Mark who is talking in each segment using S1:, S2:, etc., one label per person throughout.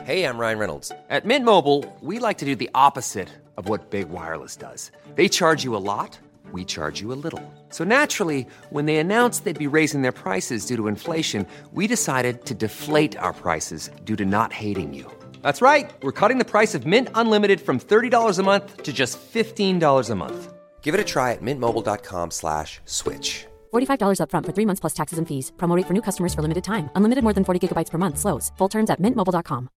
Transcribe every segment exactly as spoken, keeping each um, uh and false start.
S1: Hey, I'm Ryan Reynolds. At Mint Mobile, we like to do the opposite of what Big Wireless does. They charge you a lot, we charge you a little. So naturally, when they announced they'd be raising their prices due to inflation, we decided to deflate our prices due to not hating you. That's right. We're cutting the price of Mint Unlimited from thirty dollars a month to just fifteen dollars a month. Give it a try at mintmobile.com slash switch.
S2: forty-five dollars up front for three months plus taxes and fees. Promo rate for new customers for limited time. Unlimited more than forty gigabytes per month. Slows full terms at mint mobile dot com.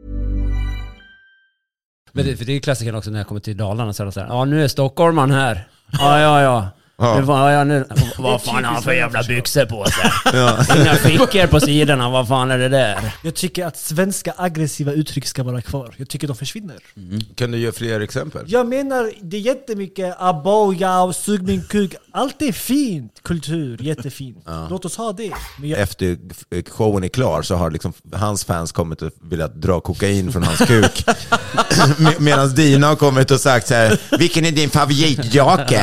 S3: Men det, för det är ju klassiken också när jag kommer till Dalarna så är det så här, ja nu är Stockholman här. Ja ja ja. Ja. Det var, ja, nu, vad fan har han för jävla byxor på sig? Ja. Inga fickor på sidorna, vad fan är det där?
S4: Jag tycker att svenska aggressiva uttryck ska vara kvar. Jag tycker de försvinner.
S5: Mm. Kan du ge fler exempel?
S4: Jag menar, det är jättemycket aboja och sug min kuk. Allt är fint. Kultur, jättefint. Ja. Låt oss ha det. Men jag...
S5: Efter showen är klar så har liksom hans fans kommit och velat dra kokain från hans kuk. Med, medan dina har kommit och sagt så här: vilken är din favoritjake?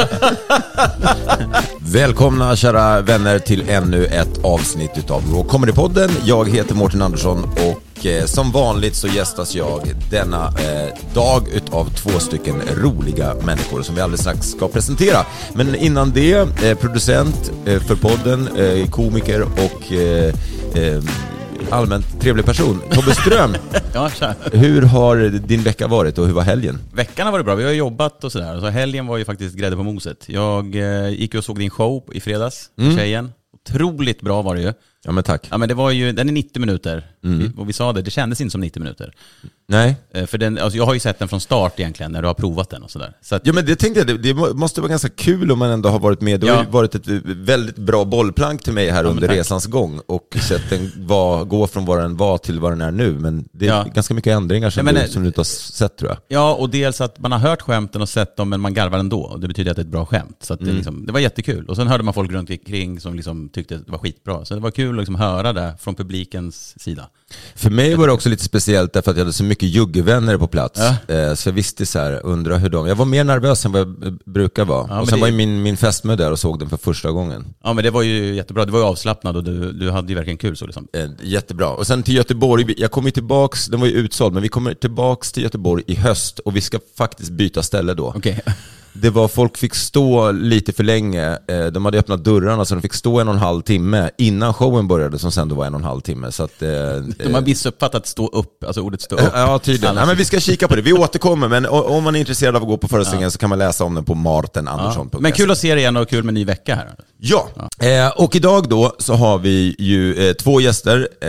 S5: Välkomna kära vänner till ännu ett avsnitt utav Raw Comedy-podden. Jag heter Mårten Andersson och eh, som vanligt så gästas jag denna eh, dag utav två stycken roliga människor som vi alldeles strax ska presentera. Men innan det, eh, producent eh, för podden, eh, komiker och eh, eh, allmänt trevlig person, Tobbe Ström.
S6: Ja, tja.
S5: Hur har din vecka varit och hur var helgen?
S6: Veckan har varit bra, vi har jobbat och sådär. Så helgen var ju faktiskt grädde på moset. Jag eh, gick och såg din show i fredags, mm. Tjejen. Otroligt bra var det ju.
S5: Ja men tack.
S6: Ja men det var ju, den är nittio minuter.
S5: Mm.
S6: Vi, och vi sa det, det kändes inte som nittio minuter.
S5: Nej.
S6: För den, alltså jag har ju sett den från start egentligen när du har provat den och sådär. Så att...
S5: Ja men det tänkte jag, det, det måste vara ganska kul om man ändå har varit med. Det har
S6: ja.
S5: ju varit ett väldigt bra bollplank till mig här ja, under resans gång. Och sett den var, gå från vad den var till vad den är nu. Men det är ja. ganska mycket ändringar som, ja, men, du, som du inte har sett tror jag.
S6: Ja och dels att man har hört skämten och sett dem men man garvar ändå. Och det betyder att det är ett bra skämt. Så att mm. det, liksom, det var jättekul. Och sen hörde man folk runt omkring som liksom tyckte att det var skitbra. Så det var kul att liksom höra det från publikens sida.
S5: För mig var det också lite speciellt därför att jag hade så mycket juggevänner på plats.
S6: Ja.
S5: Så jag visste så här, undrar hur de... Jag var mer nervös än vad jag brukar vara. Ja, och sen det... var ju min, min fästmö där och såg den för första gången.
S6: Ja, men det var ju jättebra. Det var ju avslappnad och du, du hade ju verkligen kul så liksom.
S5: Jättebra. Och sen till Göteborg. Jag kommer tillbaks, den var ju utsåld, men vi kommer tillbaks till Göteborg i höst och vi ska faktiskt byta ställe då.
S6: Okej. Okay.
S5: Det var, folk fick stå lite för länge. De hade öppnat dörrarna så de fick stå en och en halv timme innan showen började, som sen då var en och en halv timme. Så att,
S6: de har missuppfattat stå upp, alltså ordet stå upp.
S5: Ja, tydligen. Ja, men vi ska kika på det. Vi återkommer, men om man är intresserad av att gå på föreställningen ja. så kan man läsa om den på martin andersson punkt se.
S6: Ja. Men kul att se det igen och kul med ny vecka här.
S5: Ja, ja. och idag då så har vi ju eh, två gäster eh,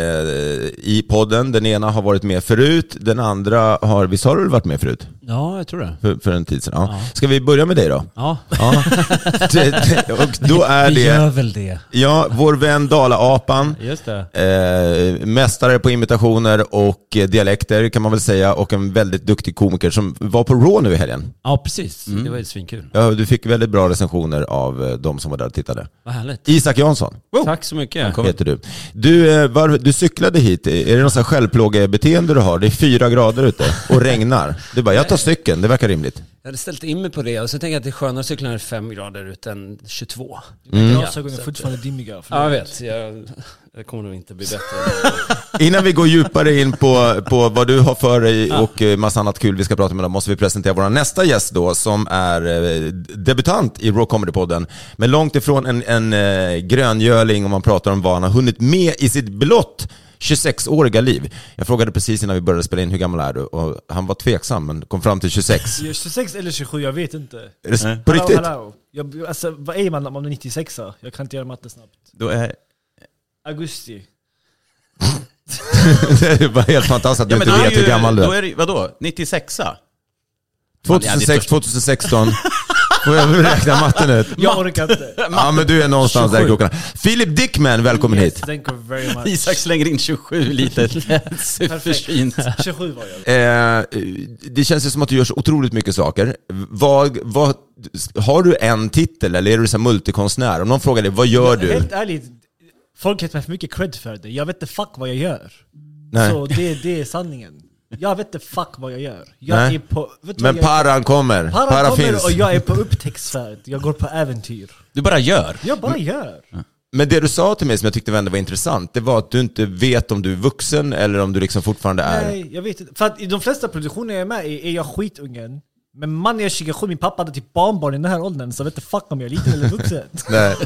S5: i podden. Den ena har varit med förut, den andra har, visst har du varit med förut?
S3: Ja, jag tror det.
S5: För, för en tid sedan. Ja. Ja. Ska vi börja med dig då?
S3: Ja.
S5: ja. det, det, och då är det...
S3: Vi gör väl det.
S5: Ja, vår vän Dala-apan.
S3: Just det.
S5: Eh, mästare på imitationer och eh, dialekter kan man väl säga. Och en väldigt duktig komiker som var på Raw nu i helgen.
S3: Ja, precis.
S5: Mm.
S3: Det var ju svinkul.
S5: Ja, du fick väldigt bra recensioner av eh, de som var där och tittade.
S3: Vad härligt.
S5: Isak Jansson.
S3: Wow. Tack så mycket.
S5: Heter du. Du, eh, var, du cyklade hit. Är det någon sån här självplågebeteende du har? Det är fyra grader ute och regnar. Du bara, jag tar cykeln. Det verkar rimligt.
S3: Jag hade ställt in mig på det och så tänker jag att det är skönare att cykla när det är fem grader ut än tjugotvå.
S4: Mm. Glasögonen är fortfarande dimmiga.
S3: Ja, jag vet. Jag, jag kommer nog inte bli bättre.
S5: Innan vi går djupare in på, på vad du har för dig och massa annat kul vi ska prata med, då måste vi presentera vår nästa gäst då, som är debutant i Raw Comedy-podden. Men långt ifrån en, en gröngöling om man pratar om vad han har hunnit med i sitt blott tjugosex-åriga liv. Jag frågade precis innan vi började spela in hur gammal är du, och han var tveksam men kom fram till tjugosex.
S4: tjugosex eller tjugosju, jag vet inte.
S5: Är det mm. på
S4: hallå,
S5: riktigt?
S4: Hallå. Jag, alltså, vad är man om man är nittiosex? Jag kan inte göra matte snabbt.
S6: Då är...
S4: Augusti.
S5: Det var helt fantastiskt att du
S6: ja,
S5: inte vet ju, hur gammal du är.
S6: Då är det, vadå? nittiosexa?
S5: tjugohundrasex tjugohundrasexton Får jag räkna matten ut?
S4: Jag orkar inte.
S5: Ja, men du är någonstans tjugosju där i klockan. Philip Dickman, välkommen
S4: yes,
S5: hit.
S4: Thank you very much.
S6: Isak slänger in tjugosju lite. Superfint.
S4: tjugosju var jag.
S5: Eh, det känns ju som att du gör så otroligt mycket saker. Vad, vad, har du en titel eller är du så multikonstnär? Om någon frågar dig, vad gör du?
S4: Helt ärligt, folk har för mycket cred för det. Jag vet inte fuck vad jag gör.
S5: Nej.
S4: Så det, det är sanningen. Jag vet inte fuck vad jag gör. Jag
S5: Nej.
S4: är på, vet
S5: men paran är? kommer.
S4: Paran
S5: Para
S4: kommer
S5: finns.
S4: och jag är på upptäcktsfärd. Jag går på äventyr.
S6: Du bara gör?
S4: Jag bara gör.
S5: Men det du sa till mig som jag tyckte var intressant, det var att du inte vet om du är vuxen eller om du liksom fortfarande är...
S4: Nej, jag vet inte. För att i de flesta produktioner jag är med i är jag skitungen. Men man är tjugosju, min pappa hade typ barnbarn i den här åldern, så jag vet inte fuck om jag är liten eller vuxen.
S5: Nej.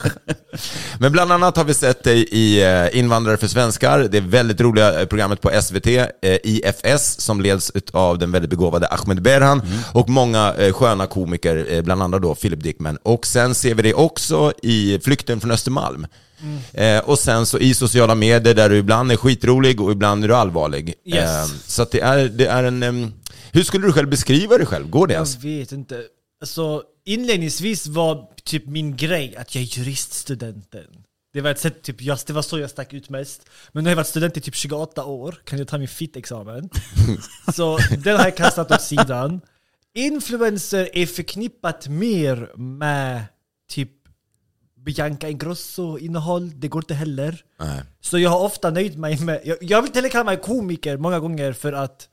S5: Men bland annat har vi sett dig i Invandrare för svenskar, det väldigt roliga programmet på S V T, I F S, som leds av den väldigt begåvade Ahmed Berhan, mm. och många sköna komiker, bland annat då Philip Dickman. Och sen ser vi dig också i Flykten från Östermalm. Mm. Eh, och sen så i sociala medier där du ibland är skitrolig och ibland är du allvarlig.
S4: Yes.
S5: Eh, så att det är, det är en... Um, hur skulle du själv beskriva dig själv? Går det?
S4: Jag vet inte. Alltså, inledningsvis var typ min grej att jag är juriststudenten. Det var ett sätt, typ, just, det var så jag stack ut mest. Men nu har jag varit student i typ tjugoåtta år. Kan jag ta min fitt-examen? Så den har jag kastat åt sidan. Influencer är förknippat mer med typ Bianca Ingrosso-innehåll. Det går inte heller. Nej. Så jag har ofta nöjt mig med... Jag, jag vill till kalla mig komiker många gånger för att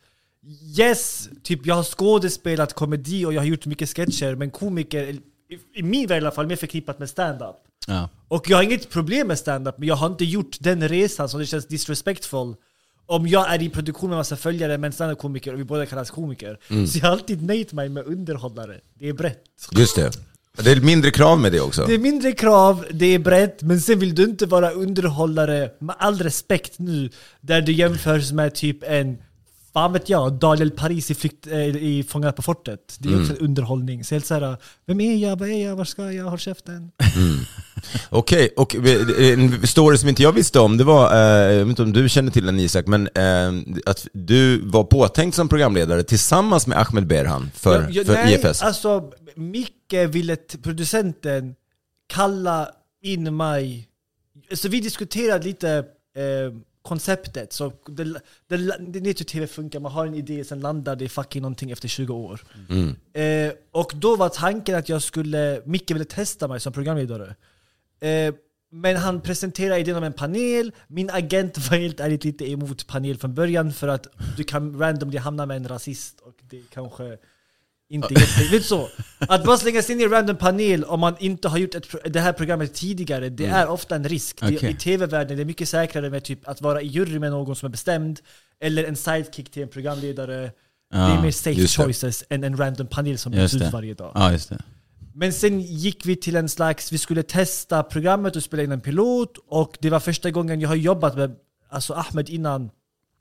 S4: yes, typ jag har skådespelat komedi och jag har gjort mycket sketcher, men komiker i, i min värld i alla fall mer förknippat med stand-up. Ja. Och jag har inget problem med stand-up, men jag har inte gjort den resan, så det känns disrespectful om jag är i produktion med massa följare med en stand-up-komiker och vi båda kallas komiker. Mm. Så jag har alltid nöjt mig med underhållare. Det är brett.
S5: Just det. Det är mindre krav med det också.
S4: Det är mindre krav, det är brett, men sen vill du inte vara underhållare med all respekt nu, där du jämförs med typ en fan vet jag, Daniel Paris i, flykt, äh, i Fångar på fortet. Det är mm. också en underhållning. Så helt så här, vem är jag, vad är jag, var ska jag, håll käften.
S5: Mm. Okej, okay, och en story som inte jag visste om, det var, eh, jag vet inte om du känner till den, Isak, men eh, att du var påtänkt som programledare tillsammans med Ahmed Berhan för, ja, ja, för nej, I F S.
S4: Alltså, Micke ville producenten kalla in mig. Så vi diskuterade lite eh, konceptet, så det, det, det, det T V funkar, man har en idé, sen landar det fucking någonting efter tjugo år. Mm. Eh, och då var tanken att jag skulle, Micke ville testa mig som programledare. Eh, men han presenterade idén om en panel. Min agent var helt ärligt lite emot panel från början, för att du kan randomly hamna med en rasist och det kanske inte jätte... så. Att bara slänga sig in i en random panel om man inte har gjort ett, det här programmet tidigare, det mm. är ofta en risk. Okay. Det, i tv-världen är det mycket säkrare med typ att vara i jury med någon som är bestämd, eller en sidekick till en programledare. Ja, det är mer safe choices än en random panel som byts ut varje dag.
S6: Ja, just det.
S4: Men sen gick vi till en slags, vi skulle testa programmet och spela in en pilot, och det var första gången jag har jobbat med alltså Ahmed innan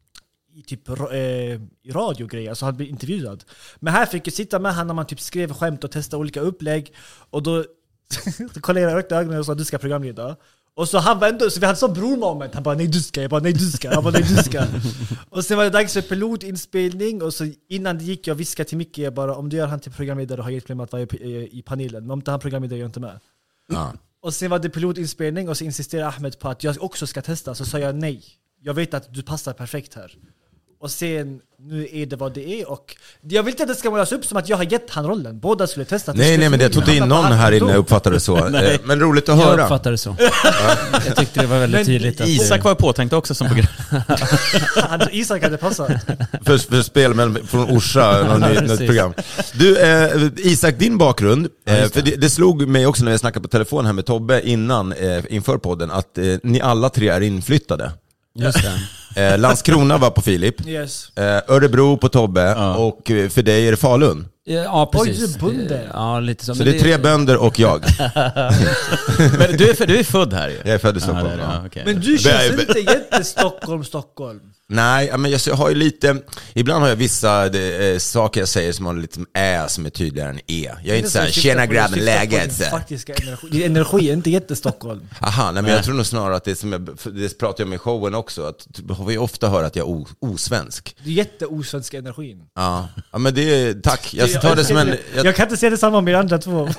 S4: i typ eh, i radiogrejer, alltså han blev intervjuad. Men här fick jag sitta med han när man typ skrev skämt och testa olika upplägg, och då så kollade jag rökte ögonen och sa du ska programleda. Och så han var ändå, så vi hade så bror-moment. Han bara nej du ska, jag bara nej du ska, jag bara nej du ska. Och sen var det dags för pilotinspelning, och så innan det gick jag viskade till Micke, jag bara om du gör han till programledare har jag ett problem att vara i, i panelen, men om inte han programledare gör jag inte med. Ja. Och sen var det pilotinspelning, och så insisterade Ahmed på att jag också ska testa, så sa jag nej. Jag vet att du passar perfekt här. Och sen, nu är det vad det är, och jag vill inte att det ska målas upp som att jag har gett han rollen. Båda skulle testa.
S5: Nej, nej, men jag tog inte in någon här inne, uppfattade det så. Men roligt att
S3: jag
S5: höra.
S3: Jag uppfattade det så. Jag tyckte det var väldigt men tydligt. Att
S6: Isak var påtänkt också som program.
S4: Isak hade passat.
S5: För, för spel men från Orsa, någon ny, något program. Du, eh, Isak, din bakgrund, ja, eh, för det, det slog mig också när jag snackade på telefon här med Tobbe innan, eh, inför podden, att eh, ni alla tre är inflyttade.
S3: Just det.
S5: Eh, Landskrona var på Filip,
S4: yes.
S5: eh, Örebro på Tobbe, ja. Och för dig är det Falun.
S3: Ja, precis.
S4: Oj,
S3: ja, lite så.
S5: Så det är tre bönder och jag.
S6: Men du är, för, du är född här ju.
S5: Jag är född i Stockholm.
S6: Ja, ja, okay.
S4: Men du känns inte jätte-Stockholm, Stockholm.
S5: Nej, men jag har ju lite, ibland har jag vissa det, äh, saker jag säger som har lite ä som är tydligare än e. Jag är inte såhär, tjena grabben, läget.
S4: Faktiska energi. Din energi är inte jätte-Stockholm.
S5: Aha, nej, men nej. Jag tror nog snarare att det som jag, det pratar jag om i showen också, att vi ofta hör att jag är o, osvensk.
S4: Du är jätte-osvensk energin.
S5: Ja, ja men det är, tack. Jag tar det som en...
S4: Jag, jag kan inte säga detsamma om er andra två.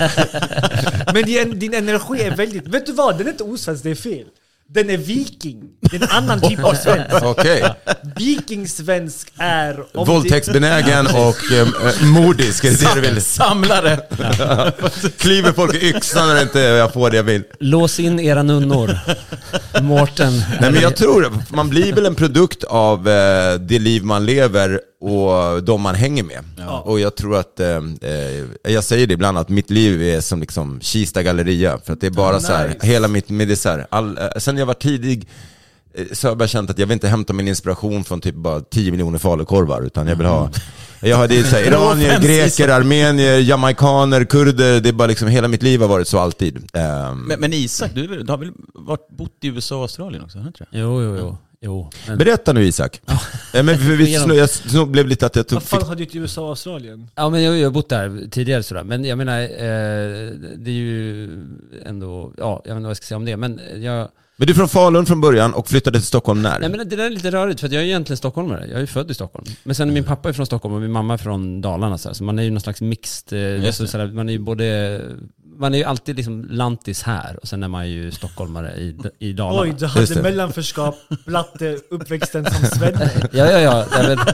S4: Men din, din energi är väldigt, vet du vad, den är inte osvensk, det är fel. Den är viking. Det är en annan typ av svensk.
S5: Okay.
S4: Vikingsvensk är...
S5: våldtäktsbenägen och äh, mordisk. Är det det du vill?
S6: Samlare.
S5: Kliver folk i yxan när inte jag får det jag vill.
S3: Lås in era nunnor. Mårten.
S5: Nej, men jag tror man blir väl en produkt av äh, det liv man lever och de man hänger med. Ja. Och jag tror att, eh, jag säger det ibland att mitt liv är som liksom Kista galleria. För att det är bara oh, nice. så här, hela mitt, med det så här, all, sen jag var tidig så har jag bara känt att jag vill inte hämta min inspiration från typ bara tio miljoner falukorvar, utan jag vill ha, jag har det så här, iranier, greker, armenier, jamaikaner, kurder, det är bara liksom, hela mitt liv har varit så alltid. Um,
S6: men, men Isak, du, du har väl varit, bott i U S A och Australien också, har inte det?
S3: Jo, jo, jo. Jo, men...
S5: Berätta nu Isak. Ja. Men för vi, snö, jag snö, blev lite att jag tog...
S4: Vad fan har du i U S A och Australien?
S3: Ja, men jag, jag har bott där tidigare sådär. Men jag menar, eh, det är ju ändå... Ja, jag vet inte vad jag ska säga om det. Men jag...
S5: Men du är från Falun från början och flyttade till Stockholm när?
S3: Nej, men det där är lite rörigt för att jag är egentligen stockholmare. Jag är ju född i Stockholm. Men sen är min pappa är från Stockholm och min mamma är från Dalarna. Så, här. Så man är ju någon slags mixed... Eh, alltså, så här, man är ju både... Man är ju alltid liksom lantis här och sen är man ju stockholmare i, i Dalarna.
S4: Oj, du hade mellanförskap, blatte, uppväxten som svenne.
S3: Ja, ja, ja. Jag, vet,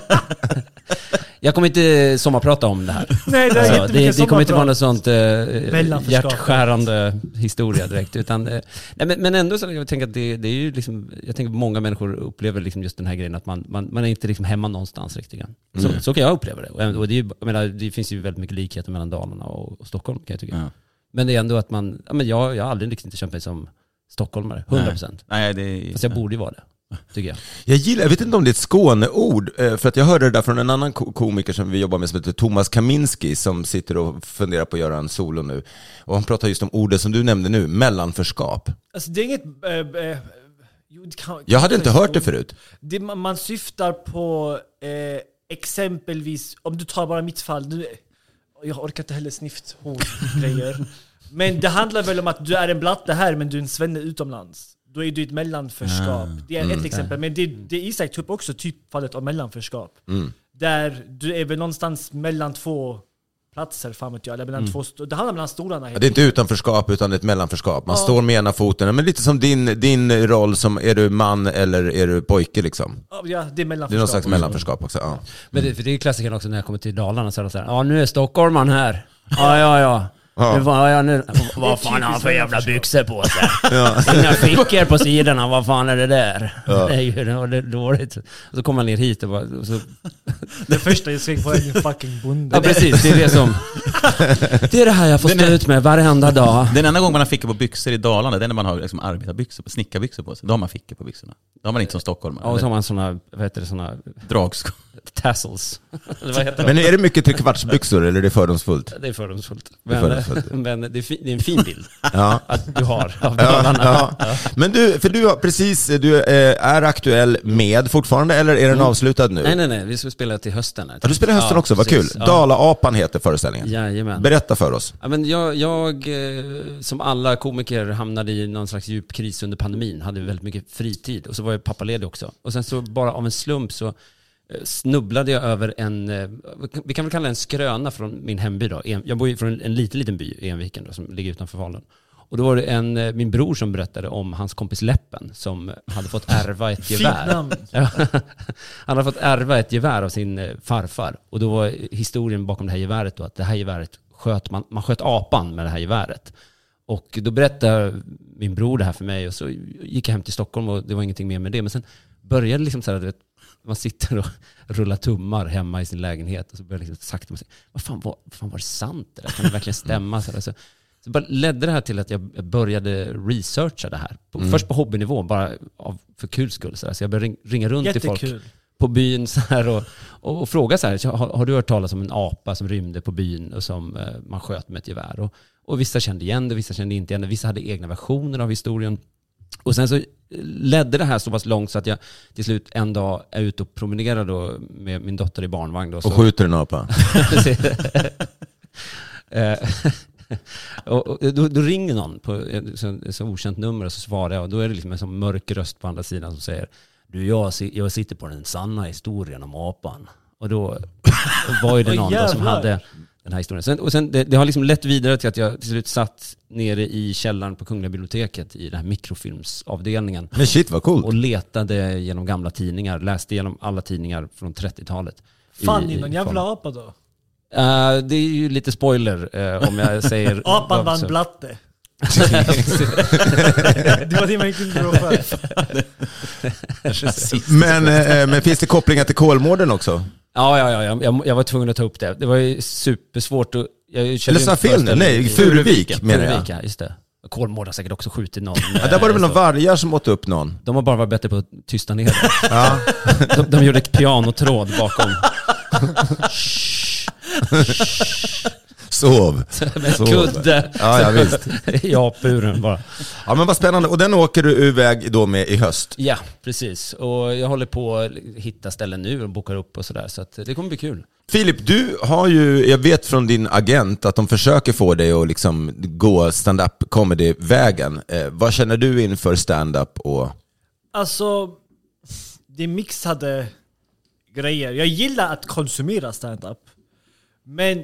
S3: jag kommer inte sommarprata om det här.
S4: Nej, det, är
S3: alltså, det, det kommer inte vara något sånt eh, hjärtskärande historia direkt. Utan, eh, nej, men, men ändå så jag tänker att det, det är ju liksom, jag tänker att många människor upplever liksom just den här grejen att man, man, man är inte liksom hemma någonstans riktigt. Så, mm. så kan jag uppleva det. Och, och det, är, jag menar, det finns ju väldigt mycket likheter mellan Dalarna och, och Stockholm kan jag tycka. Ja. Men det är ändå att man, ja, men jag, jag har aldrig riktigt känt mig som stockholmare, hundra procent.
S6: Nej, det är...
S3: Fast jag borde ju vara det, tycker jag.
S5: Jag gillar, jag vet inte om det är ett Skåneord, för att jag hörde det där från en annan komiker som vi jobbar med som heter Thomas Kaminski, som sitter och funderar på att göra en solo nu. Och han pratar just om ordet som du nämnde nu, mellanförskap.
S4: Alltså det är inget... Äh, äh, kan,
S5: jag hade inte hört det förut.
S4: Det, man, man syftar på äh, exempelvis, om du tar bara mitt fall, du, jag orkar inte heller snift grejer. Men det handlar väl om att du är en blatte här men du är en svenne utomlands. Då är du ett mellanförskap. Mm. Det är ett mm. exempel. Men det, det Isak tog upp också typfallet av mellanförskap. Mm. Där du är väl någonstans mellan två platser, fan vet jag. Eller mellan mm. två, det handlar mellan stolarna.
S5: Ja, det är inte utanförskap utan ett mellanförskap. Man ja. står med ena foten. Men lite som din, din roll som, är du man eller är du pojke liksom?
S4: Ja, det är mellanförskap.
S5: Det är någon slags mellanförskap också. Ja.
S3: Men det, för det är klassikern också när jag kommer till Dalarna. Så är det så här, ja nu är stockholman här. Ja, ja, ja. Ja. Nu var jag nu, vad fan har han för jävla byxor på sig? Ja. Inga fickor på sidorna, vad fan är det där? Ja. Det är ju det är dåligt. Och så kommer man ner hit och bara... Och så...
S4: Det första jag sväng på är en fucking bonde.
S3: Ja, precis. Det är det som... Det är det här jag får stå ut med varenda dag.
S6: Den enda gången man har fickor på byxor i Dalarna, det är när man har liksom arbetarbyxor, snickarbyxor på sig. Då har man fickor på byxorna. Då har man inte som Stockholm.
S3: Ja, och så har man såna, vad heter det, såna...
S6: Dragskor.
S3: Tassels.
S5: Men är det mycket trekvartsbyxor eller är det fördomsfullt?
S3: Det är fördomsfullt.
S5: Men, det, är fördomsfullt.
S3: men det, är fi, det är en fin bild ja. att du har av ja,
S5: ja. Ja. Men du, för du har precis, du är aktuell med fortfarande eller är den mm. avslutad nu?
S3: Nej, nej, nej. Vi ska spela till hösten. Här.
S5: Ja, du spelar hösten ja, också, vad precis. Kul. Ja. Dala-apan heter föreställningen.
S3: Jajamän.
S5: Berätta för oss.
S3: Ja, men jag, jag, som alla komiker, hamnade i någon slags djup kris under pandemin. Hade väldigt mycket fritid. Och så var jag pappaledig också. Och sen så bara av en slump så snubblade jag över en, vi kan väl kalla det en skröna från min hemby då. Jag bor ju från en, en liten, liten by, Enviken då, som ligger utanför Falun. Och då var det en, min bror som berättade om hans kompis Läppen som hade fått ärva ett gevär. Han hade fått ärva ett gevär av sin farfar. Och då var historien bakom det här geväret då att det här geväret sköt man, man sköt apan med det här geväret. Och då berättade min bror det här för mig och så gick jag hem till Stockholm och det var ingenting mer med det. Men sen började liksom så här, du vet, man sitter och rullar tummar hemma i sin lägenhet och så börjar liksom sakta man säga, vad fan var, vad fan var det sant? Det där? Kan det verkligen stämma? Så, så, så bara ledde det här till att jag började researcha det här. På, mm. Först på hobbynivå, bara av, för kul skull. Så, så jag började ringa runt Jättekul. till folk på byn så här, och, och, och fråga så här, har, har du hört talas om en apa som rymde på byn och som eh, man sköt med ett gevär? Och, och vissa kände igen det, vissa kände inte igen det. Vissa hade egna versioner av historien. Och sen så ledde det här så pass långt så att jag till slut en dag är ute och promenerar då med min dotter i barnvagn. Då,
S5: och så... skjuter en apa.
S3: och, och då, då ringer någon på ett så, så okänt nummer och så svarar jag. Och då är det liksom en sån mörk röst på andra sidan som säger, du, jag, jag sitter på den sanna historien om apan. Och då var ju det någon då som hade... den här historien. Sen, och sen, det, det har liksom lett vidare till att jag till slut satt nere i källaren på Kungliga biblioteket i den här mikrofilmsavdelningen.
S5: Men shit, vad coolt.
S3: Och letade genom gamla tidningar. Läste igenom alla tidningar från trettiotalet.
S4: Fan, i någon jävla apa då?
S3: Uh, det är ju lite spoiler uh, om jag säger...
S4: Apan vann blatte. Det var det man kunde dra för.
S5: men, äh, men finns det kopplingar till Kolmården också?
S3: Ja, ja, ja. Jag, jag, jag var tvungen att ta upp det. Det var ju supersvårt att... Jag
S5: Eller så fel nu? Nej, Furuvik menar jag.
S3: Ja, just det. Kolmård har säkert också skjutit någon.
S5: Ja, där var det väl någon vargar som åt upp någon.
S3: De har bara varit bättre på att tysta ner det. Ja. de, de gjorde ett pianotråd bakom.
S5: Sov.
S3: Med Sov. Kudde.
S5: Ja, ja, visst.
S3: I apuren bara.
S5: Ja, men vad spännande. Och den åker du iväg då med i höst?
S3: Ja, precis. Och jag håller på att hitta ställen nu och bokar upp och sådär. Så att det kommer bli kul.
S5: Filip, du har ju, jag vet från din agent att de försöker få dig att liksom gå stand-up comedy-vägen. Eh, vad känner du inför stand-up? Och...
S4: Alltså, det är mixade grejer. Jag gillar att konsumera stand-up. Men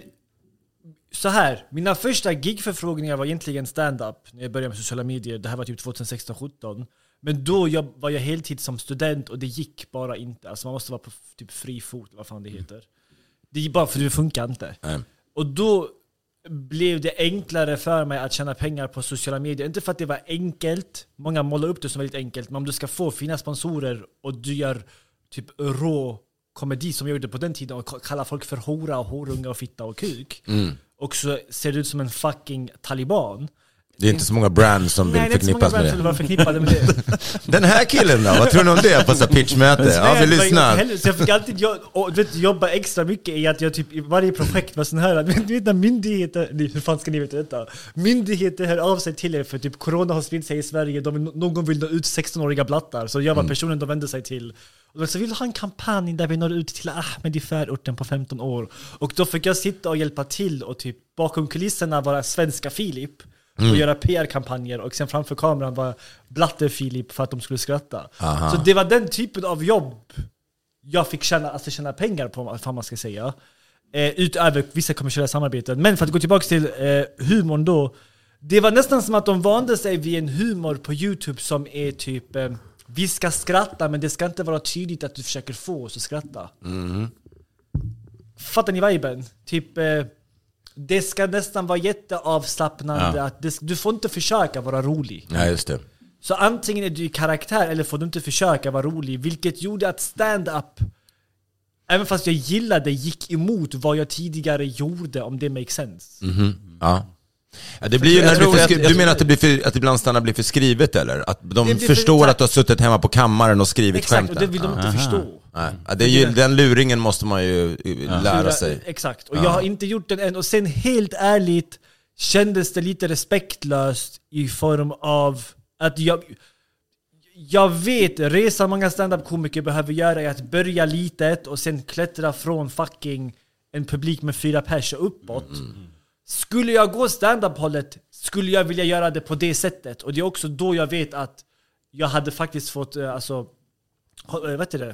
S4: så här, mina första gigförfrågningar var egentligen stand-up när jag började med sociala medier. Det här var typ tjugohundrasexton sjutton. Men då jag, var jag heltid som student och det gick bara inte. Alltså man måste vara på typ fri fot, vad fan det heter. Det är bara för det funkar inte. Mm. Och då blev det enklare för mig att tjäna pengar på sociala medier. Inte för att det var enkelt. Många målar upp det som väldigt enkelt. Men om du ska få fina sponsorer och du gör typ rå komedi som jag gjorde på den tiden och kallar folk för hora och horunga och fitta och kuk. Mm. Och så ser det ut som en fucking taliban.
S5: Det är inte så många brands som vill förknippas med det.
S4: Som förknippade med det.
S5: Den här killen då? Vad tror du om det på så pitchmöte? Ja, vi lyssnar.
S4: Så jag fick alltid jag, och, vet, jobba extra mycket i att jag typ i varje projekt var sån här. Du vet när myndigheter, hur fan ska ni veta detta? Myndigheter hör av sig till er för typ corona har spritt sig i Sverige. De, någon vill nå ut sexton-åriga blattar. Så jag var personen de vände sig till. Och så vill ha en kampanj där vi når ut till Ahmed i förorten på femton år. Och då fick jag sitta och hjälpa till och typ bakom kulisserna vara svenska Filip. Mm. Och göra P R-kampanjer och sen framför kameran var Blatte Filip för att de skulle skratta. Aha. Så det var den typen av jobb jag fick tjäna, alltså tjäna pengar på, vad man ska säga. Eh, utöver vissa kommersiella samarbeten. Men för att gå tillbaka till eh, humorn då. Det var nästan som att de vande sig vid en humor på YouTube som är typ eh, vi ska skratta men det ska inte vara tydligt att du försöker få oss att skratta. Mm. Fattar ni viben? Typ... Eh, det ska nästan vara jätteavslappnande. Ja. Att det, du får inte försöka vara rolig.
S5: Ja, just det.
S4: Så antingen är du i karaktär eller får du inte försöka vara rolig. Vilket gjorde att stand-up, även fast jag gillade, gick emot vad jag tidigare gjorde, om det makes sense. Mm-hmm. Ja. Ja, det blir ju när det blir för skri- du menar att det blir för, att ibland stannar blir för skrivet eller? Att de förstår för, att du har suttit hemma på kammaren och skrivit exakt,
S5: skämten.
S4: Exakt, och det vill de inte Aha. förstå.
S5: Nej. Ja, det är ju, den luringen måste man ju ja. lära sig.
S4: Exakt, och ja. jag har inte gjort den än. Och sen helt ärligt kändes det lite respektlöst i form av att jag... Jag vet, resa många stand-up-komiker behöver göra är att börja litet och sen klättra från fucking en publik med fyra pers och uppåt. Mm. Skulle jag gå stand-up-hållet skulle jag vilja göra det på det sättet. Och det är också då jag vet att jag hade faktiskt fått, alltså, vet du det,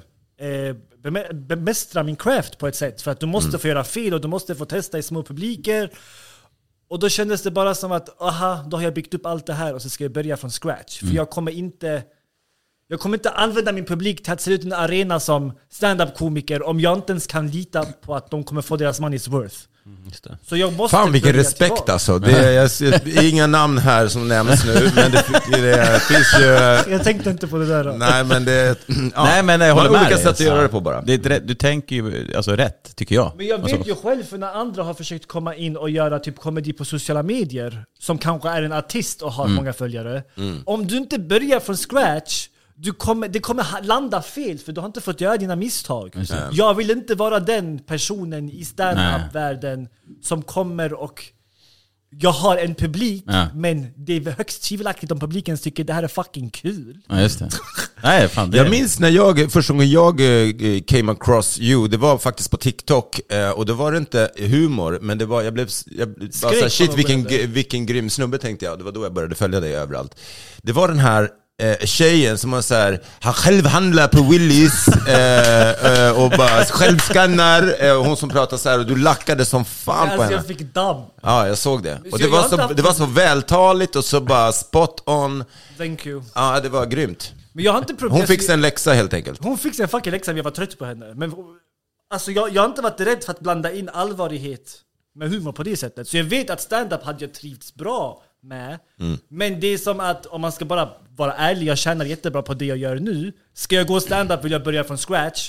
S4: bemästra min craft på ett sätt. För att du måste mm. få göra fel och du måste få testa i små publiker. Och då kändes det bara som att, aha, då har jag byggt upp allt det här och så ska jag börja från scratch. Mm. För jag kommer inte... Jag kommer inte använda min publik till att se ut en arena som stand-up-komiker om jag inte ens kan lita på att de kommer få deras money's worth. Mm, just det. Så jag måste
S5: Fan vilken respekt tillbaka. Alltså. Det är, jag ser, inga namn här som nämns nu, men det, det finns ju...
S4: Jag tänkte inte på det där. Då.
S5: Nej, men det... Ja.
S6: Nej, men jag håller med
S5: olika sätt att göra det på bara.
S6: Det är, du tänker ju alltså, rätt, tycker jag.
S4: Men jag vet
S6: alltså.
S4: ju själv, för när andra har försökt komma in och göra typ komedi på sociala medier, som kanske är en artist och har mm. många följare. Mm. Om du inte börjar från scratch, du kommer, det kommer landa fel för du har inte fått göra dina misstag. Mm. Jag vill inte vara den personen i stand-up-världen som kommer och jag har en publik, ja. men det är högst tvivelaktigt om publiken tycker det här är fucking kul.
S6: Ja, just det. Nej, fan, det
S5: jag minns när jag, första gången jag came across you, det var faktiskt på TikTok, och det var inte humor, men det var, jag blev, jag bara såhär, shit vilken, vilken grym snubbe tänkte jag, det var då jag började följa dig överallt. Det var den här Eh, tjejen som har så här, han själv handlar på Willys eh, eh, och bara självskannar, eh, hon som pratar så här och du lackade som fan alltså, på henne.
S4: Jag fick damm.
S5: Ja, jag såg det. Och det var så det var så vältaligt och så bara spot on.
S4: Thank you.
S5: Ja, det var grymt.
S4: Men jag har inte
S5: hon fick en läxa helt enkelt.
S4: Hon fick en fucking läxa, jag var trött på henne. Men alltså jag jag har inte varit rädd för att blanda in allvarlighet med humor på det sättet. Så jag vet att stand-up hade jag trivts bra med. Mm. Men det är som att om man ska bara vara ärlig, jag tjänar jättebra på det jag gör nu. Ska jag gå stand-up vill jag börja från scratch.